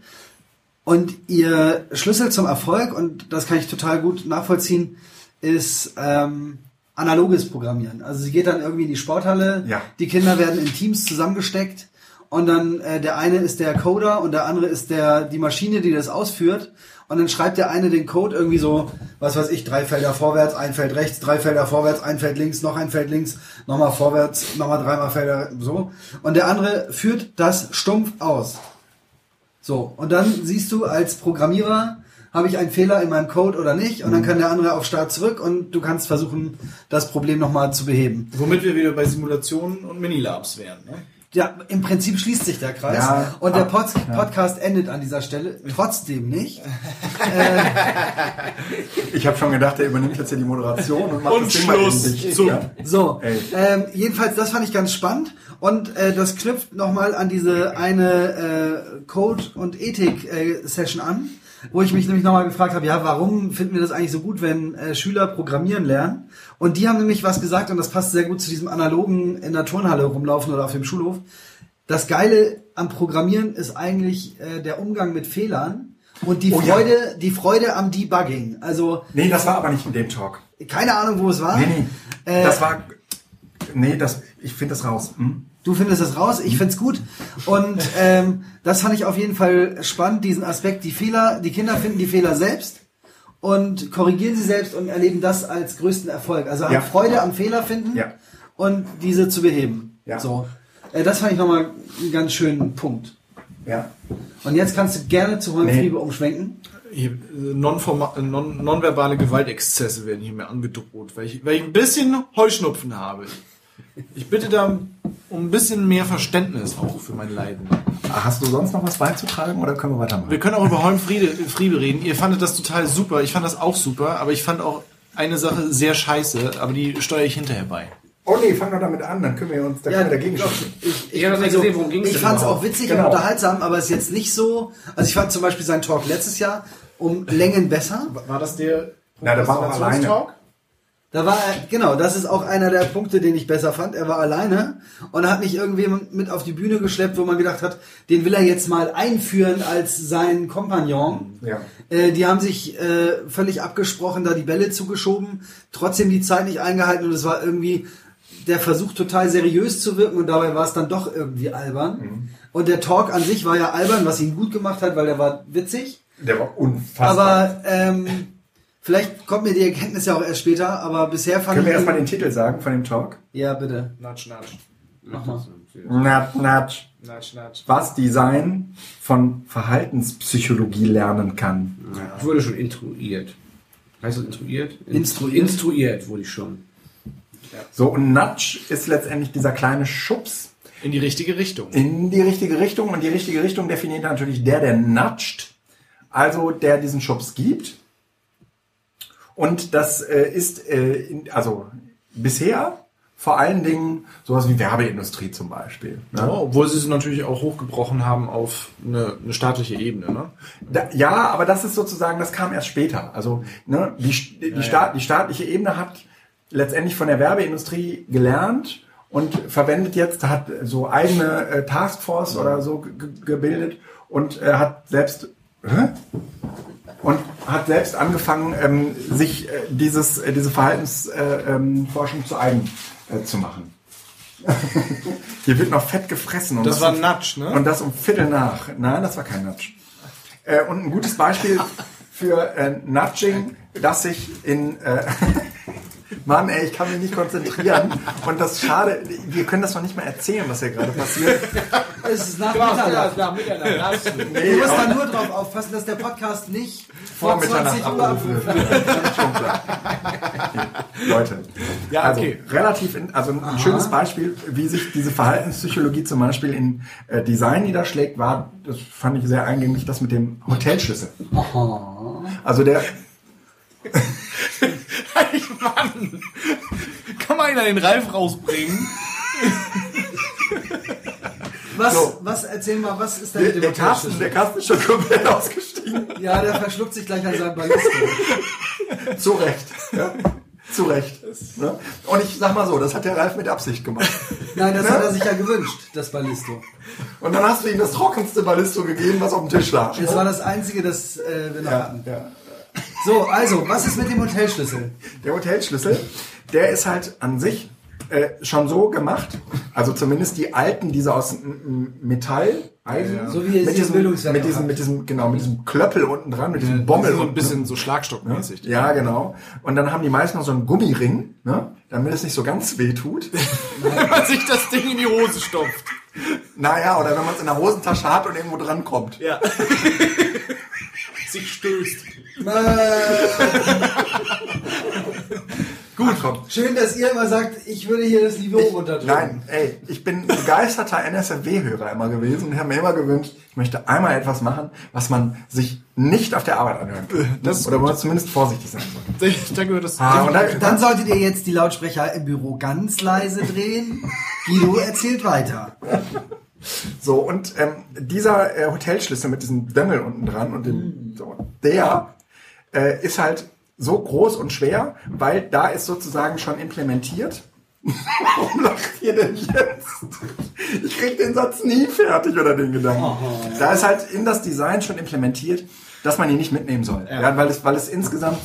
Speaker 5: Und ihr Schlüssel zum Erfolg, und das kann ich total gut nachvollziehen, ist analoges Programmieren. Also sie geht dann irgendwie in die Sporthalle,
Speaker 1: Ja.
Speaker 5: die Kinder werden in Teams zusammengesteckt und dann der eine ist der Coder und der andere ist die Maschine, die das ausführt, und dann schreibt der eine den Code irgendwie so, was weiß ich, 3 Felder vorwärts, 1 Feld rechts, 3 Felder vorwärts, 1 Feld links, noch 1 Feld links, nochmal vorwärts, nochmal 3 Felder, so. Und der andere führt das stumpf aus. So, und dann siehst du als Programmierer, habe ich einen Fehler in meinem Code oder nicht, und dann kann der andere auf Start zurück und du kannst versuchen, das Problem nochmal zu beheben.
Speaker 2: Womit wir wieder bei Simulationen und Minilabs wären. Ne?
Speaker 5: Ja, im Prinzip schließt sich der Kreis.
Speaker 1: Ja,
Speaker 5: Und der Podcast endet an dieser Stelle. Trotzdem nicht.
Speaker 1: Ich habe schon gedacht, der übernimmt jetzt hier die Moderation und macht
Speaker 2: Und
Speaker 1: das Ding mal
Speaker 2: Schluss.
Speaker 1: endlich.
Speaker 2: So.
Speaker 1: Ja.
Speaker 5: So,
Speaker 1: Ey.
Speaker 5: jedenfalls, das fand ich ganz spannend. Und das knüpft nochmal an diese eine Code- und Ethik-Session an, wo ich mich nämlich nochmal gefragt habe, ja, warum finden wir das eigentlich so gut, wenn Schüler programmieren lernen? Und die haben nämlich was gesagt, und das passt sehr gut zu diesem analogen in der Turnhalle rumlaufen oder auf dem Schulhof. das Geile am Programmieren ist eigentlich der Umgang mit Fehlern und die Freude am Debugging. Also
Speaker 1: Nee, das war aber nicht in dem Talk.
Speaker 5: keine Ahnung, wo es war.
Speaker 1: Nee. Ich finde das raus. Hm?
Speaker 5: Du findest das raus, ich find's gut. Und das fand ich auf jeden Fall spannend, diesen Aspekt. Die Kinder finden die Fehler selbst und korrigieren sie selbst und erleben das als größten Erfolg. Also haben Freude am Fehler finden und diese zu beheben.
Speaker 1: Ja.
Speaker 5: So. Das fand ich nochmal einen ganz schönen Punkt.
Speaker 1: Ja.
Speaker 5: Und jetzt kannst du gerne zu Räumfriede umschwenken.
Speaker 2: Hier, nonverbale Gewaltexzesse werden hier mir angedroht, weil ich ein bisschen Heuschnupfen habe. Ich bitte da um ein bisschen mehr Verständnis auch für mein Leiden.
Speaker 1: Hast du sonst noch was beizutragen oder können wir weitermachen?
Speaker 2: Wir können auch über Holmfriede reden. Ihr fandet das total super. Ich fand das auch super, aber ich fand auch eine Sache sehr scheiße, aber die steuere ich hinterher bei.
Speaker 1: Oh nee, fang doch damit an, dann können wir uns dagegen schützen.
Speaker 4: Ich habe das nicht gesehen, worum ging es
Speaker 5: Ich
Speaker 4: denn
Speaker 5: fand es
Speaker 4: überhaupt?
Speaker 5: auch witzig
Speaker 1: Genau.
Speaker 5: und unterhaltsam, aber es ist jetzt nicht so. Also ich fand zum Beispiel seinen Talk letztes Jahr um Längen besser.
Speaker 2: War das der
Speaker 1: Na, der war auch alleine.
Speaker 5: Da war er, genau, das ist auch einer der Punkte, den ich besser fand. Er war alleine und hat nicht irgendjemand mit auf die Bühne geschleppt, wo man gedacht hat, den will er jetzt mal einführen als sein Kompagnon.
Speaker 1: Ja.
Speaker 5: Die haben sich völlig abgesprochen, da die Bälle zugeschoben, trotzdem die Zeit nicht eingehalten und es war irgendwie der Versuch total seriös zu wirken und dabei war es dann doch irgendwie albern. Und der Talk an sich war ja albern, was ihn gut gemacht hat, weil der war witzig.
Speaker 1: Der war unfassbar.
Speaker 5: Aber vielleicht kommt mir die Erkenntnis ja auch erst später, aber bisher fand
Speaker 1: Können wir
Speaker 5: ich...
Speaker 1: erstmal den Titel sagen von dem Talk?
Speaker 5: Ja, bitte.
Speaker 2: Natsch, natsch.
Speaker 5: Mach mal.
Speaker 1: Natsch.
Speaker 2: Natsch, natsch.
Speaker 1: Was Design von Verhaltenspsychologie lernen kann.
Speaker 4: Ich wurde schon instruiert. Heißt das instruiert?
Speaker 5: Instruiert.
Speaker 4: Instruiert wurde ich schon.
Speaker 1: So, und Nudge ist letztendlich dieser kleine Schubs
Speaker 2: In die richtige Richtung.
Speaker 1: in die richtige Richtung. Und die richtige Richtung definiert natürlich der nudgt, also der diesen Schubs gibt. Und das ist also bisher vor allen Dingen sowas wie Werbeindustrie zum Beispiel. Ne?
Speaker 2: Ja, obwohl sie es natürlich auch hochgebrochen haben auf eine staatliche Ebene. Ne?
Speaker 1: Ja, aber das ist sozusagen, das kam erst später. Also ne, die staatliche Ebene hat letztendlich von der Werbeindustrie gelernt und verwendet jetzt, hat so eigene Taskforce oder so gebildet und hat selbst angefangen, sich diese Verhaltensforschung zu eigen zu machen. Hier wird noch fett gefressen. Und
Speaker 2: Das war ein Nudge, ne?
Speaker 1: Und das um Viertel nach. Nein, das war kein Nudge. Und ein gutes Beispiel für Nudging, das sich in... Mann, ey, ich kann mich nicht konzentrieren. Und das ist schade, wir können das noch nicht mal erzählen, was hier gerade passiert.
Speaker 5: Es ist nach Mitternacht.
Speaker 1: Nee,
Speaker 5: Du musst
Speaker 1: aber
Speaker 5: da nur drauf aufpassen, dass der Podcast nicht
Speaker 1: vor
Speaker 5: vor 20
Speaker 1: Mitternacht
Speaker 5: Uhr
Speaker 1: abrufen.
Speaker 5: abruft.
Speaker 1: Schon klar. Leute.
Speaker 2: Ja, okay.
Speaker 1: Also ein schönes Beispiel, wie sich diese Verhaltenspsychologie zum Beispiel in Design niederschlägt, war, das fand ich sehr eingängig, das mit dem Hotelschlüssel. Also der...
Speaker 2: Mann! Kann mal einer den Ralf rausbringen?
Speaker 5: Was, erzähl mal, was ist denn mit dem
Speaker 1: Der Carsten ist schon komplett ausgestiegen.
Speaker 5: Ja, der verschluckt sich gleich an seinem Ballisto.
Speaker 1: Zu Recht. Ja? Zu Recht. Ne? Und ich sag mal so, das hat der Ralf mit Absicht gemacht.
Speaker 5: Nein, das hat er sich ja gewünscht, das Ballisto.
Speaker 1: Und dann hast du ihm das trockenste Ballisto gegeben, was auf dem Tisch lag.
Speaker 5: Das war das Einzige, das wir noch hatten.
Speaker 1: Ja.
Speaker 5: So, also, was ist mit dem Hotelschlüssel?
Speaker 1: Der Hotelschlüssel, der ist halt an sich schon so gemacht, also zumindest die alten, diese aus Metall, Eisen,
Speaker 5: So wie es im Bildungswerk
Speaker 1: mit diesem Klöppel unten dran, mit diesem Bommel.
Speaker 2: So ein bisschen so Schlagstockmäßig.
Speaker 1: Ja, genau. Und dann haben die meisten noch so einen Gummiring, ne, damit es nicht so ganz weh tut.
Speaker 2: Wenn man sich das Ding in die Hose stopft.
Speaker 1: Naja, oder wenn man es in der Hosentasche hat und irgendwo dran kommt.
Speaker 2: Ja. Sich stößt.
Speaker 1: Gut, komm.
Speaker 5: Schön, dass ihr immer sagt, ich würde hier das Niveau runterdrücken.
Speaker 1: Nein, ey, ich bin begeisterter NSFW-Hörer immer gewesen und habe mir immer gewünscht, ich möchte einmal etwas machen, was man sich nicht auf der Arbeit anhören kann.
Speaker 2: Das ist
Speaker 1: oder wo
Speaker 2: gut.
Speaker 1: man zumindest vorsichtig sein sollte.
Speaker 2: Ich denke, das
Speaker 1: Und
Speaker 5: Dann solltet ihr jetzt die Lautsprecher im Büro ganz leise drehen. Guido erzählt weiter.
Speaker 1: so, und dieser Hotelschlüssel mit diesem Dömmel unten dran und dem, so, der ist halt so groß und schwer, weil da ist sozusagen schon implementiert, Warum lacht ihr denn jetzt? Ich krieg den Satz nie fertig oder den Gedanken. Da ist halt in das Design schon implementiert, dass man ihn nicht mitnehmen soll. Ja, weil es insgesamt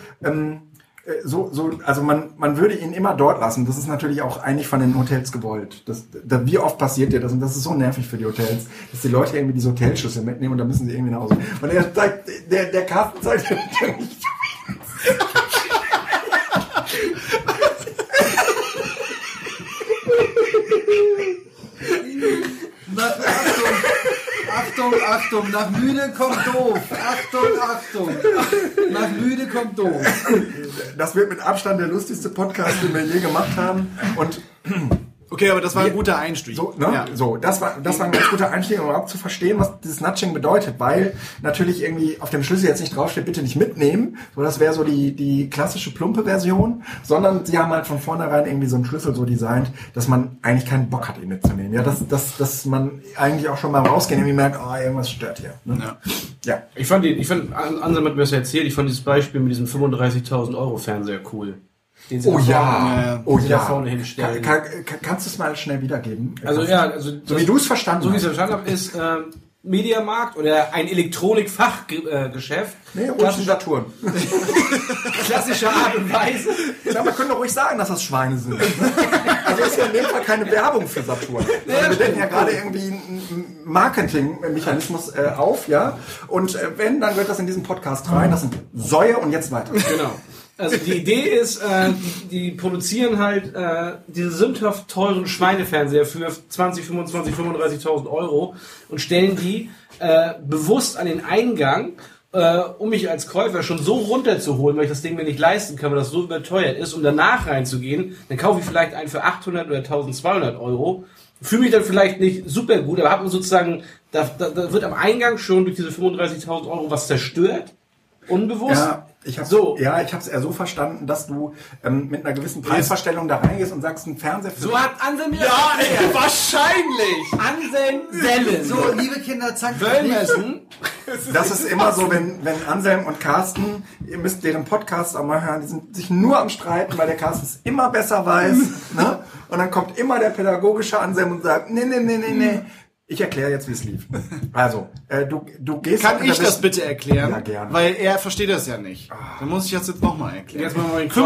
Speaker 1: also man würde ihn immer dort lassen. Das ist natürlich auch eigentlich von den Hotels gewollt. Wie oft passiert dir das? Und das ist so nervig für die Hotels, dass die Leute irgendwie diese Hotelschüssel mitnehmen und dann müssen sie irgendwie nach Hause. Und der Carsten zeigt ja nicht.
Speaker 5: Achtung, nach müde kommt doof. Achtung. Nach müde kommt doof.
Speaker 1: Das wird mit Abstand der lustigste Podcast, den wir je gemacht haben. Und
Speaker 2: okay, aber das war ein guter Einstieg.
Speaker 1: So, ne? Ja. So, das war ein ganz guter Einstieg, um überhaupt zu verstehen, was dieses Nudging bedeutet, weil natürlich irgendwie auf dem Schlüssel jetzt nicht draufsteht, bitte nicht mitnehmen. So, das wäre so die klassische plumpe Version, sondern sie haben halt von vornherein irgendwie so einen Schlüssel so designt, dass man eigentlich keinen Bock hat, ihn mitzunehmen. Ja, dass man eigentlich auch schon mal rausgehen irgendwie merkt, irgendwas stört hier. Ne? Ja.
Speaker 4: Ich fand, Ansem hat mir das ja erzählt, ich fand dieses Beispiel mit diesem 35.000 Euro Fernseher cool. Den sie da vorne hinstellen.
Speaker 1: Kannst du es mal schnell wiedergeben?
Speaker 4: So
Speaker 1: wie du es verstanden hast.
Speaker 4: So wie ich es verstanden habe, ist Mediamarkt oder ein Elektronikfachgeschäft.
Speaker 1: Nee, ruhig Saturn.
Speaker 4: Klassische Art und Weise.
Speaker 1: Ja, man könnte doch ruhig sagen, dass das Schweine sind. Also ist ja in dem Fall keine Werbung für Saturn. Ja, wir denken ja gerade irgendwie einen Marketingmechanismus auf, ja. Und wenn, dann wird das in diesen Podcast rein. Das sind Säue und jetzt weiter.
Speaker 4: Genau. Also die Idee ist, die produzieren halt diese sündhaft teuren Schweinefernseher für 20, 25, 35.000 Euro und stellen die bewusst an den Eingang, um mich als Käufer schon so runterzuholen, weil ich das Ding mir nicht leisten kann, weil das so überteuert ist, um danach reinzugehen. Dann kaufe ich vielleicht einen für 800 oder 1.200 Euro. Fühle mich dann vielleicht nicht super gut, aber habe sozusagen, da wird am Eingang schon durch diese 35.000 Euro was zerstört. Unbewusst.
Speaker 1: Ja, ich habe es eher so verstanden, dass du mit einer gewissen Preisverstellung da reingehst und sagst, ein Fernseher für...
Speaker 4: So hat Anselm mir
Speaker 2: wahrscheinlich.
Speaker 4: Anselm Selle.
Speaker 5: So, liebe Kinder, zack.
Speaker 4: Wöllmessen.
Speaker 1: Das ist immer so, wenn Anselm und Carsten, ihr müsst deren Podcast auch mal hören, die sind sich nur am Streiten, weil der Carsten es immer besser weiß. Ne? Und dann kommt immer der pädagogische Anselm und sagt, nee. Ich erkläre jetzt, wie es lief. Also, du gehst...
Speaker 2: Kann ich das bitte erklären?
Speaker 1: Ja, gerne.
Speaker 2: Weil er versteht das ja nicht. Dann muss ich das jetzt nochmal erklären.
Speaker 4: Jetzt machen wir den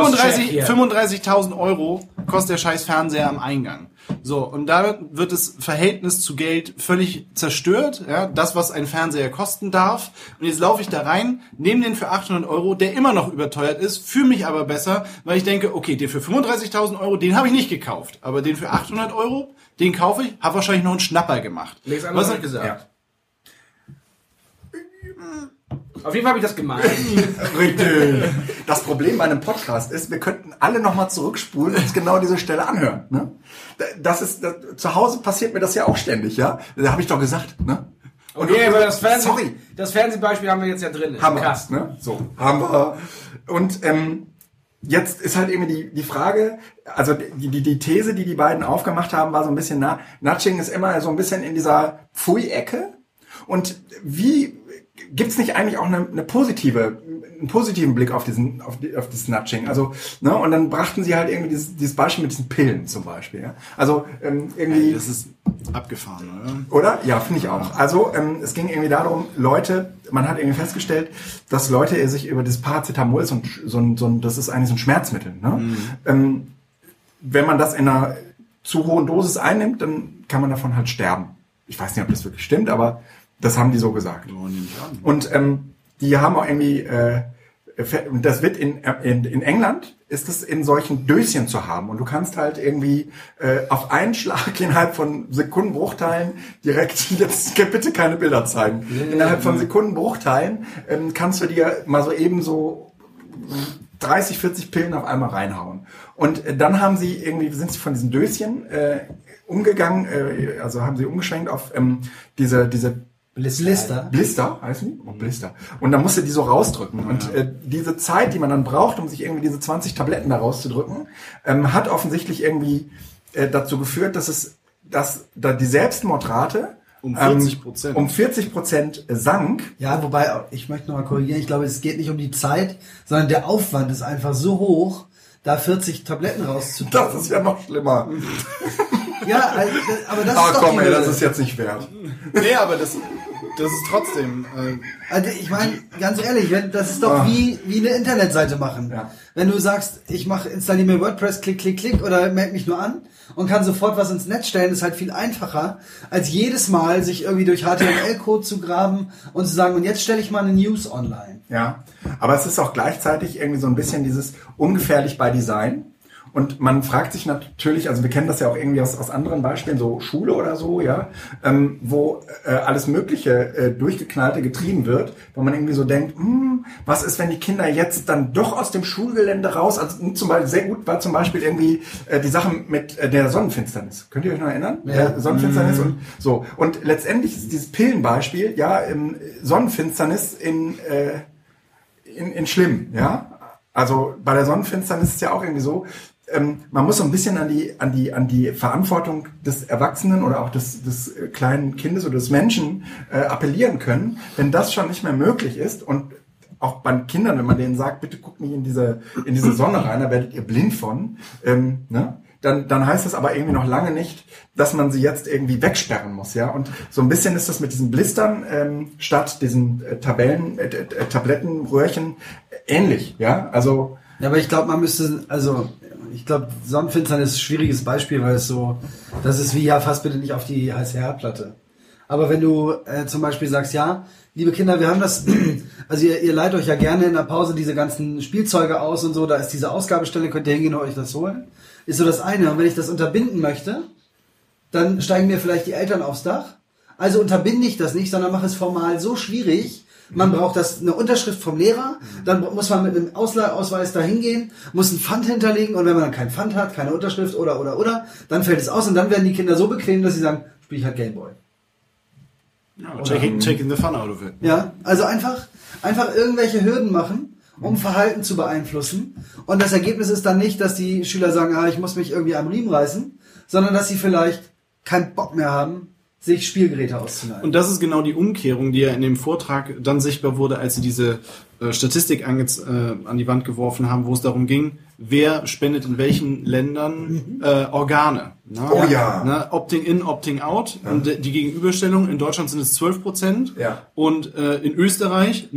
Speaker 2: 35.000 Euro kostet der scheiß Fernseher am Eingang. So, und da wird das Verhältnis zu Geld völlig zerstört. Ja, das, was ein Fernseher kosten darf. Und jetzt laufe ich da rein, nehme den für 800 Euro, der immer noch überteuert ist, fühle mich aber besser, weil ich denke, okay, den für 35.000 Euro, den habe ich nicht gekauft. Aber den für 800 Euro, den kaufe ich, habe wahrscheinlich noch einen Schnapper gemacht.
Speaker 4: Was hat er gesagt? Ja. Auf jeden Fall habe ich das gemeint.
Speaker 1: Richtig. Das Problem bei einem Podcast ist, wir könnten alle nochmal zurückspulen und uns genau diese Stelle anhören. Ne? Zu Hause passiert mir das ja auch ständig, ja? Da habe ich doch gesagt, ne?
Speaker 4: Okay, aber das Fernsehbeispiel haben wir jetzt ja drin.
Speaker 1: Haben wir, ne? So, haben wir. Und jetzt ist halt irgendwie die Frage, also die These, die beiden aufgemacht haben, war so ein bisschen, Nudging ist immer so ein bisschen in dieser Pfui-Ecke. Und gibt's nicht eigentlich auch einen positiven Blick auf das Nudging? Also, ne, und dann brachten sie halt irgendwie dieses Beispiel mit diesen Pillen zum Beispiel. Ja? Also, irgendwie.
Speaker 2: Das ist abgefahren, oder?
Speaker 1: Oder? Ja, finde ich auch. Also, es ging irgendwie darum, man hat irgendwie festgestellt, dass Leute sich über das Paracetamol, das ist eigentlich so ein Schmerzmittel, ne? Wenn man das in einer zu hohen Dosis einnimmt, dann kann man davon halt sterben. Ich weiß nicht, ob das wirklich stimmt, aber das haben die so gesagt. Und die haben auch irgendwie, das wird in England, ist es in solchen Döschen zu haben. Und du kannst halt irgendwie auf einen Schlag innerhalb von Sekundenbruchteilen direkt, jetzt bitte keine Bilder zeigen, innerhalb von Sekundenbruchteilen kannst du dir mal so eben so 30, 40 Pillen auf einmal reinhauen. Und dann sind sie von diesen Döschen umgegangen, also haben sie umgeschwenkt auf diese Blister heißen die? Oh, Blister. Und dann musst du die so rausdrücken. Und diese Zeit, die man dann braucht, um sich irgendwie diese 20 Tabletten da rauszudrücken, hat offensichtlich irgendwie dazu geführt, dass da die Selbstmordrate
Speaker 2: um 40%
Speaker 1: sank.
Speaker 5: Ja, wobei, ich möchte noch mal korrigieren, ich glaube, es geht nicht um die Zeit, sondern der Aufwand ist einfach so hoch, da 40 Tabletten rauszutun.
Speaker 1: Das ist ja noch schlimmer.
Speaker 5: Ja, aber das ist doch
Speaker 1: komm, ey, das ist jetzt nicht wert.
Speaker 2: Nee, aber das ist trotzdem...
Speaker 5: Also ich meine, ganz ehrlich, das ist doch wie eine Internetseite machen.
Speaker 1: Ja.
Speaker 5: Wenn du sagst, installiere mir WordPress, klick, oder melde mich nur an und kann sofort was ins Netz stellen, ist halt viel einfacher, als jedes Mal sich irgendwie durch HTML-Code zu graben und zu sagen, und jetzt stelle ich mal eine News online.
Speaker 1: Ja, aber es ist auch gleichzeitig irgendwie so ein bisschen dieses ungefährlich bei Design. Und man fragt sich natürlich, also wir kennen das ja auch irgendwie aus anderen Beispielen, so Schule oder so, ja, wo alles Mögliche durchgeknallte getrieben wird, wo man irgendwie so denkt, was ist, wenn die Kinder jetzt dann doch aus dem Schulgelände raus, also zum Beispiel, sehr gut war zum Beispiel irgendwie die Sache mit der Sonnenfinsternis. Könnt ihr euch noch erinnern? Ja. Sonnenfinsternis und so. Und letztendlich ist dieses Pillenbeispiel, ja, Sonnenfinsternis in schlimm, ja. Also bei der Sonnenfinsternis ist es ja auch irgendwie so, man muss so ein bisschen an die Verantwortung des Erwachsenen oder auch des kleinen Kindes oder des Menschen appellieren können, wenn das schon nicht mehr möglich ist und auch bei Kindern, wenn man denen sagt, bitte guckt nicht in diese Sonne rein, da werdet ihr blind von, ne? Dann heißt das aber irgendwie noch lange nicht, dass man sie jetzt irgendwie wegsperren muss, ja. Und so ein bisschen ist das mit diesen Blistern statt diesen Tablettenröhrchen ähnlich, ja. Also
Speaker 5: Ja, aber ich glaube, Sonnenfinsternis ist ein schwieriges Beispiel, weil das ist wie, ja, fass bitte nicht auf die heiße Herdplatte. Aber wenn du zum Beispiel sagst, ja, liebe Kinder, wir haben das, also ihr leiht euch ja gerne in der Pause diese ganzen Spielzeuge aus und so, da ist diese Ausgabestelle, könnt ihr hingehen und euch das holen. Ist so das eine. Und wenn ich das unterbinden möchte, dann steigen mir vielleicht die Eltern aufs Dach. Also unterbinde ich das nicht, sondern mache es formal so schwierig. Man braucht eine Unterschrift vom Lehrer, dann muss man mit einem Ausweis da hingehen, muss ein Pfand hinterlegen und wenn man dann kein Pfand hat, keine Unterschrift oder, dann fällt es aus und dann werden die Kinder so bequem, dass sie sagen, spiel ich halt Gameboy.
Speaker 2: Ja, taking the fun out of it.
Speaker 5: Ja, also einfach irgendwelche Hürden machen, um Verhalten zu beeinflussen. Und das Ergebnis ist dann nicht, dass die Schüler sagen, ich muss mich irgendwie am Riemen reißen, sondern dass sie vielleicht keinen Bock mehr haben, sich Spielgeräte auszuleihen.
Speaker 2: Und das ist genau die Umkehrung, die ja in dem Vortrag dann sichtbar wurde, als sie diese Statistik an die Wand geworfen haben, wo es darum ging, wer spendet in welchen Ländern Organe. Ne?
Speaker 1: Oh ja.
Speaker 2: Ne? Opting in, opting out. Ja. Und die Gegenüberstellung, in Deutschland sind es 12% und in Österreich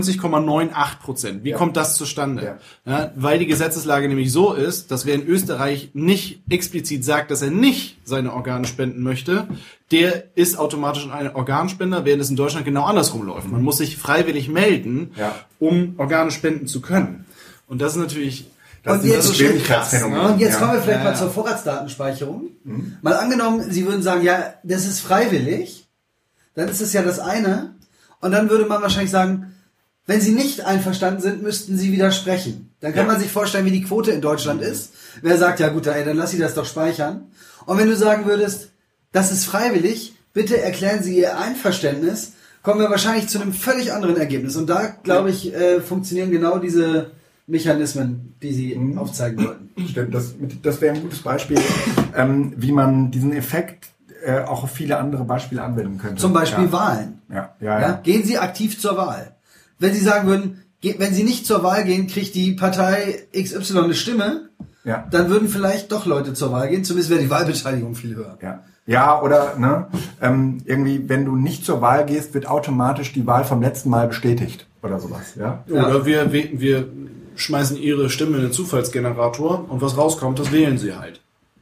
Speaker 2: 99,98%. Wie kommt das zustande? Ja, weil die Gesetzeslage nämlich so ist, dass wer in Österreich nicht explizit sagt, dass er nicht seine Organe spenden möchte, der ist automatisch ein Organspender, während es in Deutschland genau andersrum läuft. Man muss sich freiwillig melden, um Organe spenden zu können. Und das ist natürlich...
Speaker 5: Und jetzt kommen wir vielleicht mal zur Vorratsdatenspeicherung. Mal angenommen, Sie würden sagen, ja, das ist freiwillig, dann ist es ja das eine. Und dann würde man wahrscheinlich sagen, wenn Sie nicht einverstanden sind, müssten Sie widersprechen. Dann kann man sich vorstellen, wie die Quote in Deutschland ist. Wer sagt, ja gut, dann lass Sie das doch speichern. Und wenn du sagen würdest, das ist freiwillig, bitte erklären Sie Ihr Einverständnis, kommen wir wahrscheinlich zu einem völlig anderen Ergebnis. Und da, glaube ich, funktionieren genau diese Mechanismen, die Sie aufzeigen wollten.
Speaker 1: Stimmt, das wäre ein gutes Beispiel, wie man diesen Effekt auch auf viele andere Beispiele anwenden könnte.
Speaker 5: Zum Beispiel Wahlen.
Speaker 1: Ja.
Speaker 5: Gehen Sie aktiv zur Wahl. Wenn Sie sagen würden, wenn Sie nicht zur Wahl gehen, kriegt die Partei XY eine Stimme, dann würden vielleicht doch Leute zur Wahl gehen, zumindest wäre die Wahlbeteiligung viel höher.
Speaker 1: Ja, oder irgendwie, wenn du nicht zur Wahl gehst, wird automatisch die Wahl vom letzten Mal bestätigt oder sowas. Ja?
Speaker 2: Oder wir schmeißen Ihre Stimme in den Zufallsgenerator und was rauskommt, das wählen Sie halt.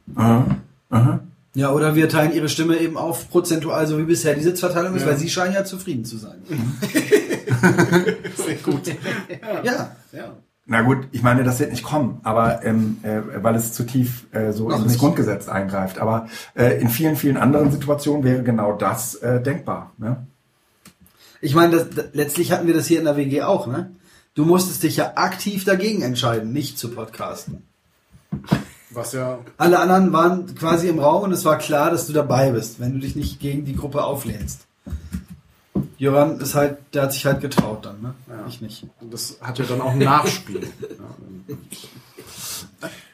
Speaker 5: Ja, oder wir teilen Ihre Stimme eben auf prozentual, so wie bisher die Sitzverteilung ist, weil Sie scheinen ja zufrieden zu sein.
Speaker 2: Sehr gut.
Speaker 5: Ja.
Speaker 1: Na gut, ich meine, das wird nicht kommen, aber weil es zu tief so in das Grundgesetz eingreift. Aber in vielen, vielen anderen Situationen wäre genau das denkbar. Ne?
Speaker 5: Ich meine, letztlich hatten wir das hier in der WG auch, ne? Du musstest dich ja aktiv dagegen entscheiden, nicht zu podcasten.
Speaker 2: Was ja...
Speaker 5: Alle anderen waren quasi im Raum und es war klar, dass du dabei bist, wenn du dich nicht gegen die Gruppe auflehnst. Joran der hat sich halt getraut dann, ne? Ich nicht.
Speaker 2: Das hat ja dann auch ein Nachspiel. Okay.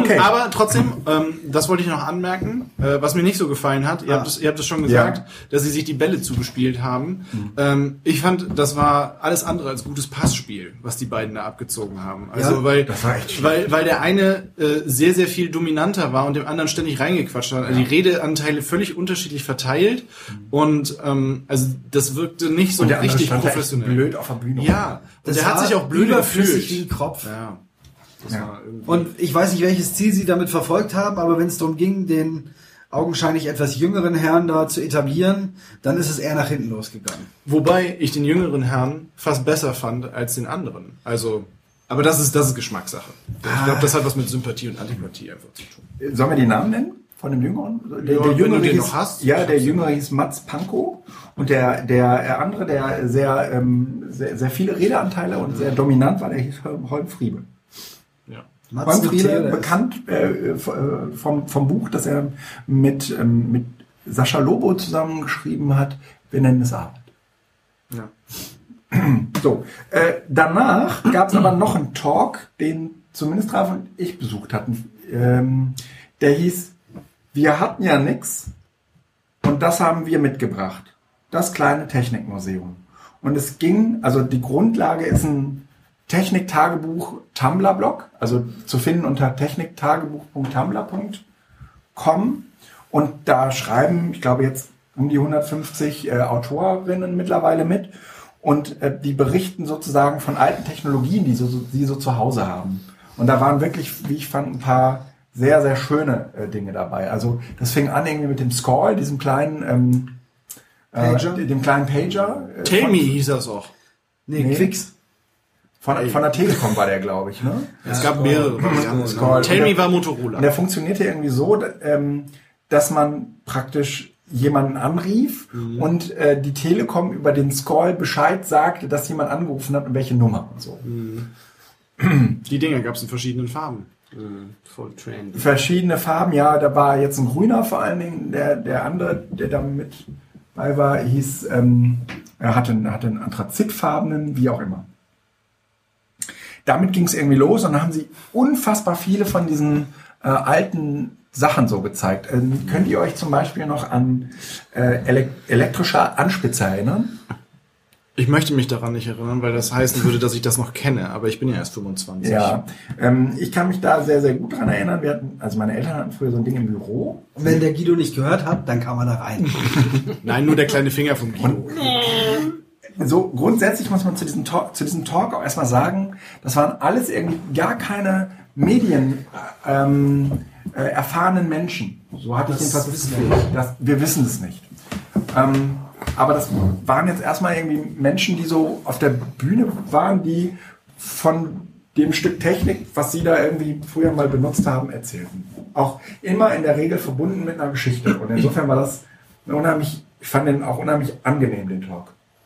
Speaker 1: Okay.
Speaker 2: Aber trotzdem, das wollte ich noch anmerken, was mir nicht so gefallen hat, ihr habt es schon gesagt, dass sie sich die Bälle zugespielt haben. Ich fand, das war alles andere als gutes Passspiel, was die beiden da abgezogen haben. Also
Speaker 1: das war echt
Speaker 2: weil der eine sehr, sehr viel dominanter war und dem anderen ständig reingequatscht hat. Also die Redeanteile völlig unterschiedlich verteilt und also das wirkte nicht so
Speaker 1: und der
Speaker 2: richtig
Speaker 1: stand
Speaker 2: professionell.
Speaker 1: blöd auf der Bühne.
Speaker 2: Ja, und der hat sich auch blöd
Speaker 5: überflüssig wie
Speaker 2: gefühlt.
Speaker 5: ein Kropf.
Speaker 2: Ja. Das war irgendwie-
Speaker 5: Und ich weiß nicht, welches Ziel sie damit verfolgt haben, aber wenn es darum ging, den augenscheinlich etwas jüngeren Herrn da zu etablieren, dann ist es eher nach hinten losgegangen.
Speaker 2: Wobei ich den jüngeren Herrn fast besser fand als den anderen. Also, aber das ist Geschmackssache. Ich glaube, das hat was mit Sympathie und Antipathie einfach zu tun.
Speaker 1: Sollen wir die Namen nennen? Von dem Jüngeren? Der
Speaker 2: wenn
Speaker 1: Jüngere
Speaker 2: du den
Speaker 1: hieß,
Speaker 2: noch hast.
Speaker 1: Ja, der Jüngere hieß Mats Pankow und der andere, der sehr, sehr viele Redeanteile und sehr dominant war, der hieß Holm Friebe.
Speaker 2: Ja.
Speaker 5: Mats
Speaker 1: Holm Friebe,
Speaker 5: Friebe,
Speaker 1: bekannt vom Buch, das er mit Sascha Lobo zusammengeschrieben hat, wir nennen es Arbeit.
Speaker 2: Ja.
Speaker 1: So, danach gab es aber noch einen Talk, den zumindest Ralf und ich besucht hatten. Der hieß, wir hatten ja nix und das haben wir mitgebracht. Das kleine Technikmuseum. Und es ging, also die Grundlage ist ein Techniktagebuch Tumblr-Blog, also zu finden unter techniktagebuch.tumblr.com. Und da schreiben, ich glaube jetzt um die 150 Autorinnen mittlerweile mit. Und die berichten sozusagen von alten Technologien, die sie so zu Hause haben. Und da waren wirklich, wie ich fand, ein paar sehr, sehr schöne Dinge dabei. Also das fing an irgendwie mit dem Scroll, diesem kleinen
Speaker 5: Pager?
Speaker 1: dem kleinen Pager.
Speaker 2: Tell Me hieß das auch.
Speaker 5: Nee, Quicks.
Speaker 1: Von der Telekom war der, glaube ich. Ne?
Speaker 2: Es gab mehrere Varianten.
Speaker 1: Scroll.
Speaker 2: Tell Me war
Speaker 1: Und
Speaker 2: Motorola.
Speaker 1: der funktionierte irgendwie so, dass man praktisch jemanden anrief und die Telekom über den Scroll Bescheid sagte, dass jemand angerufen hat und welche Nummer und so.
Speaker 2: Die Dinger gab es in verschiedenen Farben.
Speaker 4: Voll trendy.
Speaker 1: Verschiedene Farben, ja, da war jetzt ein grüner vor allen Dingen, der andere, der da mit bei war, hieß, er hatte einen anthrazitfarbenen, wie auch immer. Damit ging es irgendwie los und dann haben sie unfassbar viele von diesen alten Sachen so gezeigt. Könnt ihr euch zum Beispiel noch an elektrische Anspitzer erinnern?
Speaker 2: Ich möchte mich daran nicht erinnern, weil das heißen würde, dass ich das noch kenne, aber ich bin ja erst 25.
Speaker 1: Ja, ich kann mich da sehr, sehr gut dran erinnern. Also meine Eltern hatten früher so ein Ding im Büro.
Speaker 5: Und wenn der Guido nicht gehört hat, dann kam er da rein.
Speaker 2: Nein, nur der kleine Finger vom Guido.
Speaker 1: So grundsätzlich muss man zu diesem Talk auch erstmal sagen, das waren alles irgendwie gar keine Medien erfahrenen Menschen. So hatte ich jedenfalls das Gefühl. Wir wissen es nicht. Aber das waren jetzt erstmal irgendwie Menschen, die so auf der Bühne waren, die von dem Stück Technik, was sie da irgendwie früher mal benutzt haben, erzählten. Auch immer in der Regel verbunden mit einer Geschichte. Und insofern war das ich fand den auch unheimlich angenehm, den Talk.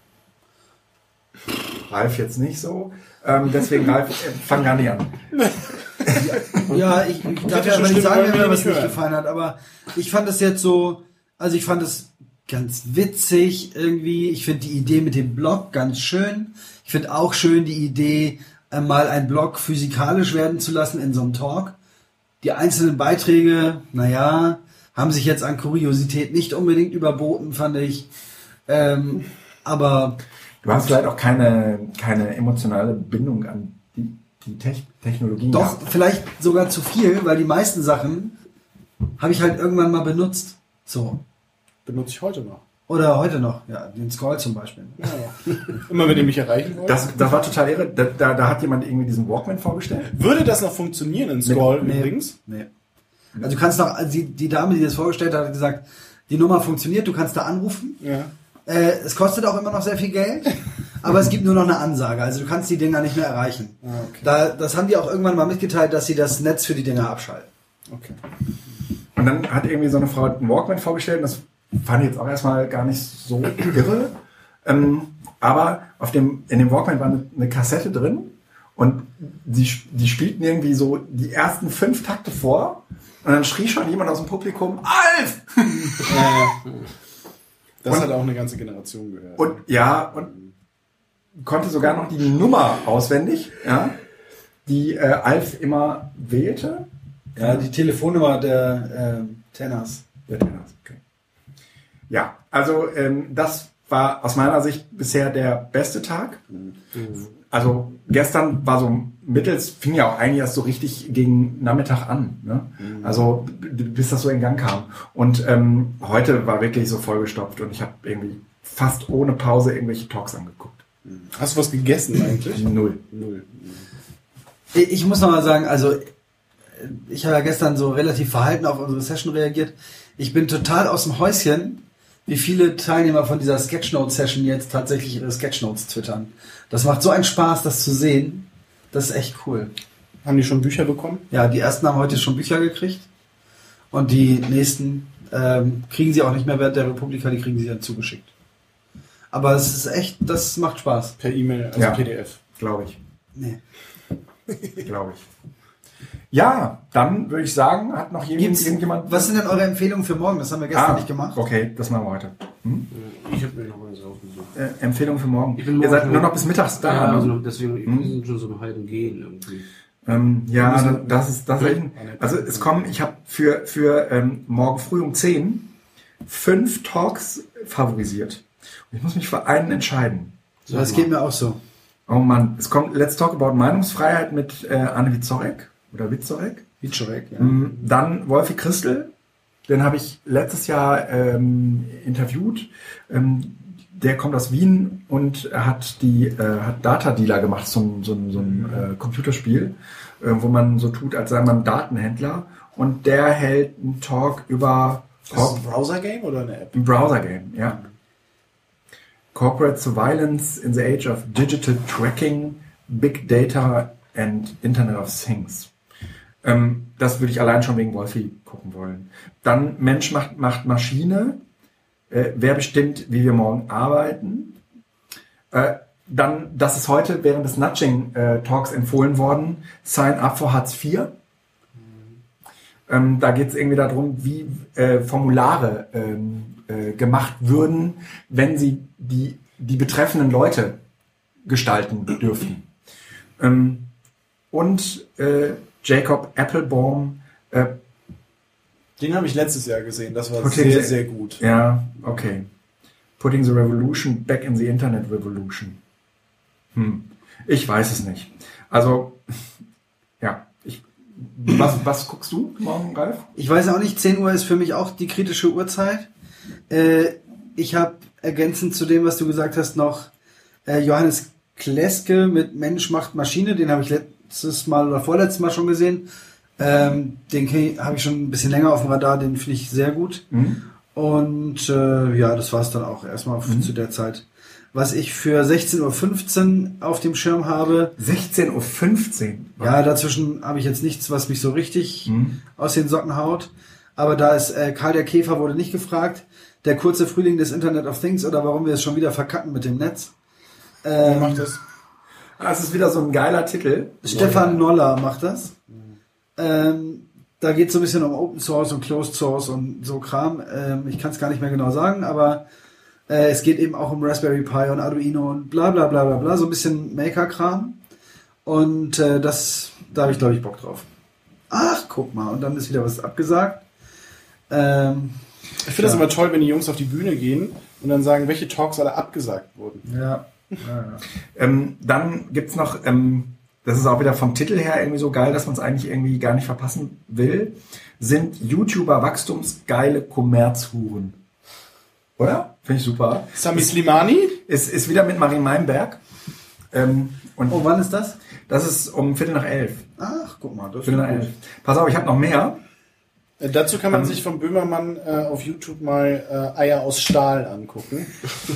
Speaker 1: Ralf jetzt nicht so. Deswegen, Ralf, fang gar nicht an.
Speaker 5: Ja, ich darf ja aber nicht sagen, wenn mir was nicht gefallen hat, aber ich fand es jetzt so, also ich fand es ganz witzig irgendwie. Ich finde die Idee mit dem Blog ganz schön. Ich finde auch schön die Idee, mal ein Blog physikalisch werden zu lassen in so einem Talk. Die einzelnen Beiträge, naja, haben sich jetzt an Kuriosität nicht unbedingt überboten, fand ich. Aber
Speaker 1: du hast vielleicht auch keine emotionale Bindung an die Technologien.
Speaker 5: doch,
Speaker 1: gehabt.
Speaker 5: vielleicht sogar zu viel, weil die meisten Sachen habe ich halt irgendwann mal benutzt. So.
Speaker 2: Benutze ich heute noch.
Speaker 5: Oder heute noch, ja, den Scroll zum Beispiel.
Speaker 2: Immer wenn ihr mich erreichen wollt.
Speaker 1: Das war total irre. Da hat jemand irgendwie diesen Walkman vorgestellt.
Speaker 2: Würde das noch funktionieren in Scroll
Speaker 5: Nee.
Speaker 2: übrigens?
Speaker 5: Nee. Also du kannst noch, also die Dame, die das vorgestellt hat, hat gesagt, die Nummer funktioniert, du kannst da anrufen.
Speaker 2: Ja.
Speaker 5: Es kostet auch immer noch sehr viel Geld, aber es gibt nur noch eine Ansage. Also du kannst die Dinger nicht mehr erreichen.
Speaker 2: Okay.
Speaker 5: Das haben die auch irgendwann mal mitgeteilt, dass sie das Netz für die Dinger abschalten.
Speaker 2: Okay.
Speaker 1: Und dann hat irgendwie so eine Frau einen Walkman vorgestellt. Und das fand ich jetzt auch erstmal gar nicht so irre. Aber in dem Walkman war eine Kassette drin. Und die spielten irgendwie so die ersten 5 Takte vor. Und dann schrie schon jemand aus dem Publikum, Alf!
Speaker 2: Das hat auch eine ganze Generation gehört.
Speaker 1: Und konnte sogar noch die Nummer auswendig, ja, die Alf immer wählte.
Speaker 5: Ja, die Telefonnummer der Tenors.
Speaker 1: Der Tenors, okay. Ja, also das war aus meiner Sicht bisher der beste Tag. Also gestern war so mittels, fing ja auch eigentlich erst so richtig gegen Nachmittag an. Ne? Also bis das so in Gang kam. Und heute war wirklich so vollgestopft und ich habe irgendwie fast ohne Pause irgendwelche Talks angeguckt.
Speaker 2: Hast du was gegessen eigentlich?
Speaker 1: Null.
Speaker 5: Ich muss noch mal sagen, also ich habe ja gestern so relativ verhalten auf unsere Session reagiert. Ich bin total aus dem Häuschen, wie viele Teilnehmer von dieser Sketchnote-Session jetzt tatsächlich ihre Sketchnotes twittern. Das macht so einen Spaß, das zu sehen. Das ist echt cool.
Speaker 2: Haben die schon Bücher bekommen?
Speaker 5: Ja, die ersten haben heute schon Bücher gekriegt. Und die nächsten kriegen sie auch nicht mehr während der Republika, die kriegen sie dann zugeschickt. Aber es ist echt, das macht Spaß.
Speaker 2: Per E-Mail, also
Speaker 1: Ja.
Speaker 2: PDF.
Speaker 1: Glaube ich.
Speaker 5: Nee.
Speaker 1: Glaube ich. Ja, dann würde ich sagen, hat noch irgendjemand...
Speaker 5: Was sind denn eure Empfehlungen für morgen? Das haben wir gestern nicht gemacht.
Speaker 1: Okay, das machen wir heute.
Speaker 4: Ich habe mir noch was ausgesucht.
Speaker 1: Empfehlung für morgen.
Speaker 4: Ich bin
Speaker 1: Ihr
Speaker 4: morgen
Speaker 1: seid
Speaker 4: schon-
Speaker 1: nur noch bis mittags da.
Speaker 4: Ja,
Speaker 1: ne?
Speaker 4: also deswegen, wir sind schon so im halben Gehen irgendwie.
Speaker 1: Ja, das ist echt. Also es kommen, ich habe für morgen früh um 10 5 Talks favorisiert. Und ich muss mich für einen entscheiden.
Speaker 5: So, das geht mir auch so.
Speaker 1: Oh Mann, es kommt Let's Talk About Meinungsfreiheit mit Anne Witzorek oder Witzorek.
Speaker 5: Wieczorek, ja.
Speaker 1: Dann Wolfi Christel, den habe ich letztes Jahr interviewt. Der kommt aus Wien und hat hat Data Dealer gemacht, so ein Computerspiel, wo man so tut, als sei man Datenhändler. Und der hält einen Talk über
Speaker 2: Ist das ein Browser-Game oder eine App?
Speaker 1: ein Browser-Game, ja. Corporate Surveillance in the Age of Digital Tracking, Big Data and Internet of Things. Das würde ich allein schon wegen Wolfi gucken wollen. Dann Mensch macht Maschine. Wer bestimmt, wie wir morgen arbeiten? Dann, das ist heute während des Nudging-Talks empfohlen worden, Sign Up for Hartz IV. Da geht es irgendwie darum, wie Formulare gemacht würden, wenn sie die betreffenden Leute gestalten dürften. Und Jacob Applebaum.
Speaker 2: Den habe ich letztes Jahr gesehen. Das war
Speaker 1: Okay.
Speaker 2: sehr, sehr gut.
Speaker 1: Ja, okay. Putting the Revolution back in the Internet Revolution. Ich weiß es nicht. Also, ja. Was guckst du morgen, Ralf?
Speaker 5: Ich weiß auch nicht, 10 Uhr ist für mich auch die kritische Uhrzeit. Ich habe ergänzend zu dem, was du gesagt hast, noch Johannes Kleske mit Mensch macht Maschine. Den habe ich letztes Mal oder vorletztes Mal schon gesehen. Den habe ich schon ein bisschen länger auf dem Radar. Den finde ich sehr gut. Und ja, das war es dann auch erstmal zu der Zeit. Was ich für 16.15 Uhr auf dem Schirm habe.
Speaker 1: 16.15 Uhr?
Speaker 5: Ja, dazwischen habe ich jetzt nichts, was mich so richtig aus den Socken haut. Aber da ist Karl der Käfer wurde nicht gefragt. Der kurze Frühling des Internet of Things oder warum wir es schon wieder verkacken mit dem Netz.
Speaker 2: Wer macht das?
Speaker 1: Das ist wieder so ein geiler Titel.
Speaker 5: Stefan Noller macht das. Da geht es so ein bisschen um Open Source und Closed Source und so Kram. Ich kann es gar nicht mehr genau sagen, aber es geht eben auch um Raspberry Pi und Arduino und bla bla bla bla bla. So ein bisschen Maker-Kram. Und da habe ich, glaube ich, Bock drauf. Ach, guck mal. Und dann ist wieder was abgesagt.
Speaker 2: Ich finde das immer toll, wenn die Jungs auf die Bühne gehen und dann sagen, welche Talks alle abgesagt wurden.
Speaker 5: Ja.
Speaker 1: Dann gibt's noch, das ist auch wieder vom Titel her irgendwie so geil, dass man es eigentlich irgendwie gar nicht verpassen will, sind YouTuber wachstumsgeile Kommerzhuren. Oder? Finde ich super.
Speaker 2: Sami Slimani?
Speaker 1: Ist wieder mit Marie Meinberg. Und
Speaker 5: Oh, wann ist das?
Speaker 1: das ist um 11:15.
Speaker 5: Ach, guck mal. Das
Speaker 1: 11:15. Pass auf, ich habe noch mehr.
Speaker 2: Dazu kann man sich von Böhmermann auf YouTube mal Eier aus Stahl angucken.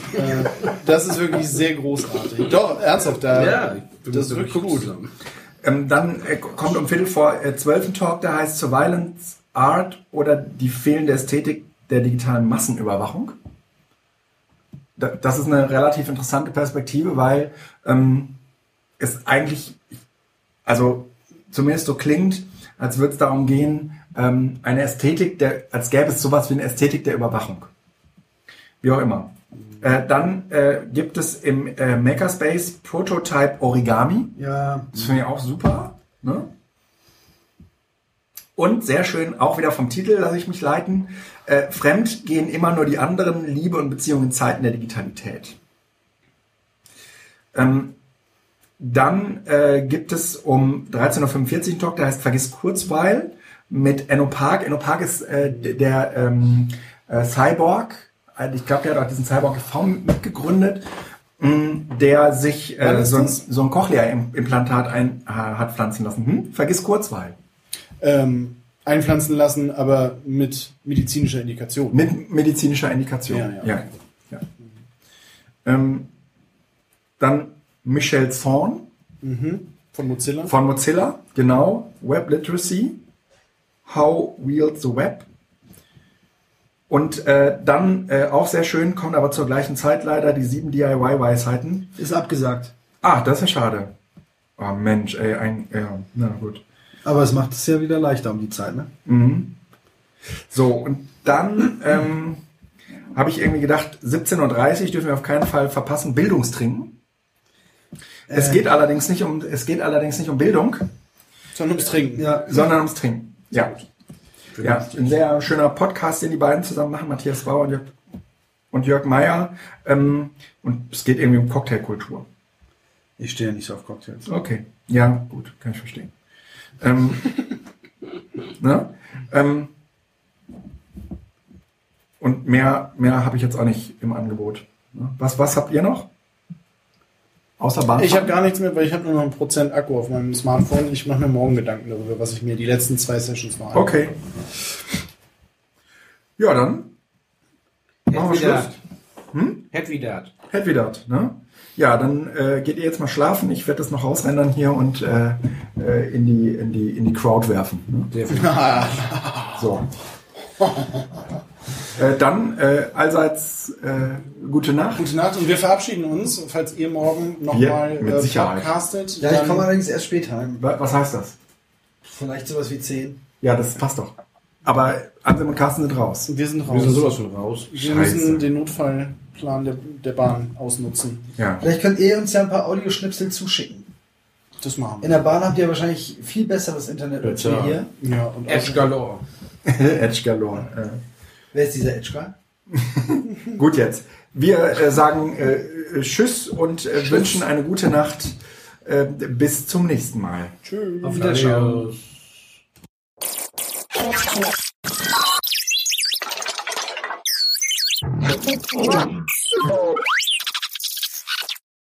Speaker 2: Das ist wirklich sehr großartig. Doch, ernsthaft, das ist wirklich gut.
Speaker 1: Dann kommt um 11:45 ein Talk, der heißt Surveillance Art oder die fehlende Ästhetik der digitalen Massenüberwachung. Das ist eine relativ interessante Perspektive, weil es eigentlich, also zumindest so klingt, als würde es darum gehen, eine Ästhetik, als gäbe es sowas wie eine Ästhetik der Überwachung. Wie auch immer. Dann gibt es im Makerspace Prototype Origami.
Speaker 5: Ja.
Speaker 1: Das finde ich auch super. Ne? Und sehr schön, auch wieder vom Titel lasse ich mich leiten. Fremd gehen immer nur die anderen, Liebe und Beziehungen in Zeiten der Digitalität. Dann gibt es um 13.45 Uhr einen Talk, der heißt Vergiss Kurzweil mit Enno Park. Enno Park ist der Cyborg. Ich glaube, der hat auch diesen Cyborg e.V. mitgegründet, der sich so ein Cochlea-Implantat hat pflanzen lassen. Vergiss Kurzweil.
Speaker 2: Einpflanzen lassen, aber mit medizinischer Indikation.
Speaker 1: Mit medizinischer Indikation.
Speaker 2: Ja.
Speaker 1: Dann Michelle Zorn.
Speaker 2: Von Mozilla.
Speaker 1: Von Mozilla, genau. Web Literacy. How Wield the Web. Und dann auch sehr schön, kommt aber zur gleichen Zeit leider, die 7 DIY-Weisheiten.
Speaker 5: Ist abgesagt.
Speaker 1: Ah, das ist ja schade. Oh Mensch, ey, na gut.
Speaker 5: Aber es macht es ja wieder leichter um die Zeit, ne?
Speaker 1: Mhm. So, und dann habe ich irgendwie gedacht, 17.30 Uhr dürfen wir auf keinen Fall verpassen, Bildungstrinken. Es geht allerdings nicht um Bildung,
Speaker 2: Sondern ums Trinken.
Speaker 5: Ja.
Speaker 1: sondern ums Trinken. Ja. Ja, ein sehr schöner Podcast, den die beiden zusammen machen, Matthias Bauer und Jörg Meyer. Und es geht irgendwie um Cocktailkultur.
Speaker 5: Ich stehe ja nicht so auf Cocktails.
Speaker 1: Okay, ja, gut, kann ich verstehen. Ne? Und mehr habe ich jetzt auch nicht im Angebot. Ne? Was habt ihr noch? Außer Bahnfahren?
Speaker 2: Ich habe gar nichts mehr, weil ich habe nur noch 1% Akku auf meinem Smartphone. Ich mache mir morgen Gedanken darüber, was ich mir die letzten 2 Sessions noch
Speaker 1: Okay. Ja, dann machen wir Schluss. Hedwidat, ne? Ja, dann geht ihr jetzt mal schlafen. Ich werde das noch rausrendern hier und in die Crowd werfen. Ne? So. Dann allseits gute Nacht.
Speaker 2: Gute Nacht und wir verabschieden uns, falls ihr morgen nochmal
Speaker 1: mit Sicherheit.
Speaker 2: podcastet.
Speaker 5: Ja, ich komme allerdings erst spät heim.
Speaker 1: Was heißt das?
Speaker 5: Vielleicht sowas wie 10.
Speaker 1: Ja, das passt doch. Aber Ansem und Carsten sind raus.
Speaker 2: Wir sind raus.
Speaker 4: Wir sind sowas von raus.
Speaker 2: Wir müssen den Notfallplan der Bahn ausnutzen.
Speaker 1: Ja.
Speaker 5: Vielleicht könnt ihr uns ja ein paar Audioschnipsel zuschicken.
Speaker 2: Das machen
Speaker 5: In der Bahn habt ihr wahrscheinlich viel besseres Internet als wir hier.
Speaker 2: wir. Ja, und
Speaker 4: Edge Galore.
Speaker 1: Edge Galore.
Speaker 5: Wer ist dieser Edge-Guy?
Speaker 1: Gut jetzt. Wir sagen Tschüss und wünschen eine gute Nacht. Bis zum nächsten Mal.
Speaker 2: Tschüss.
Speaker 5: Auf Wiedersehen.
Speaker 4: Adios.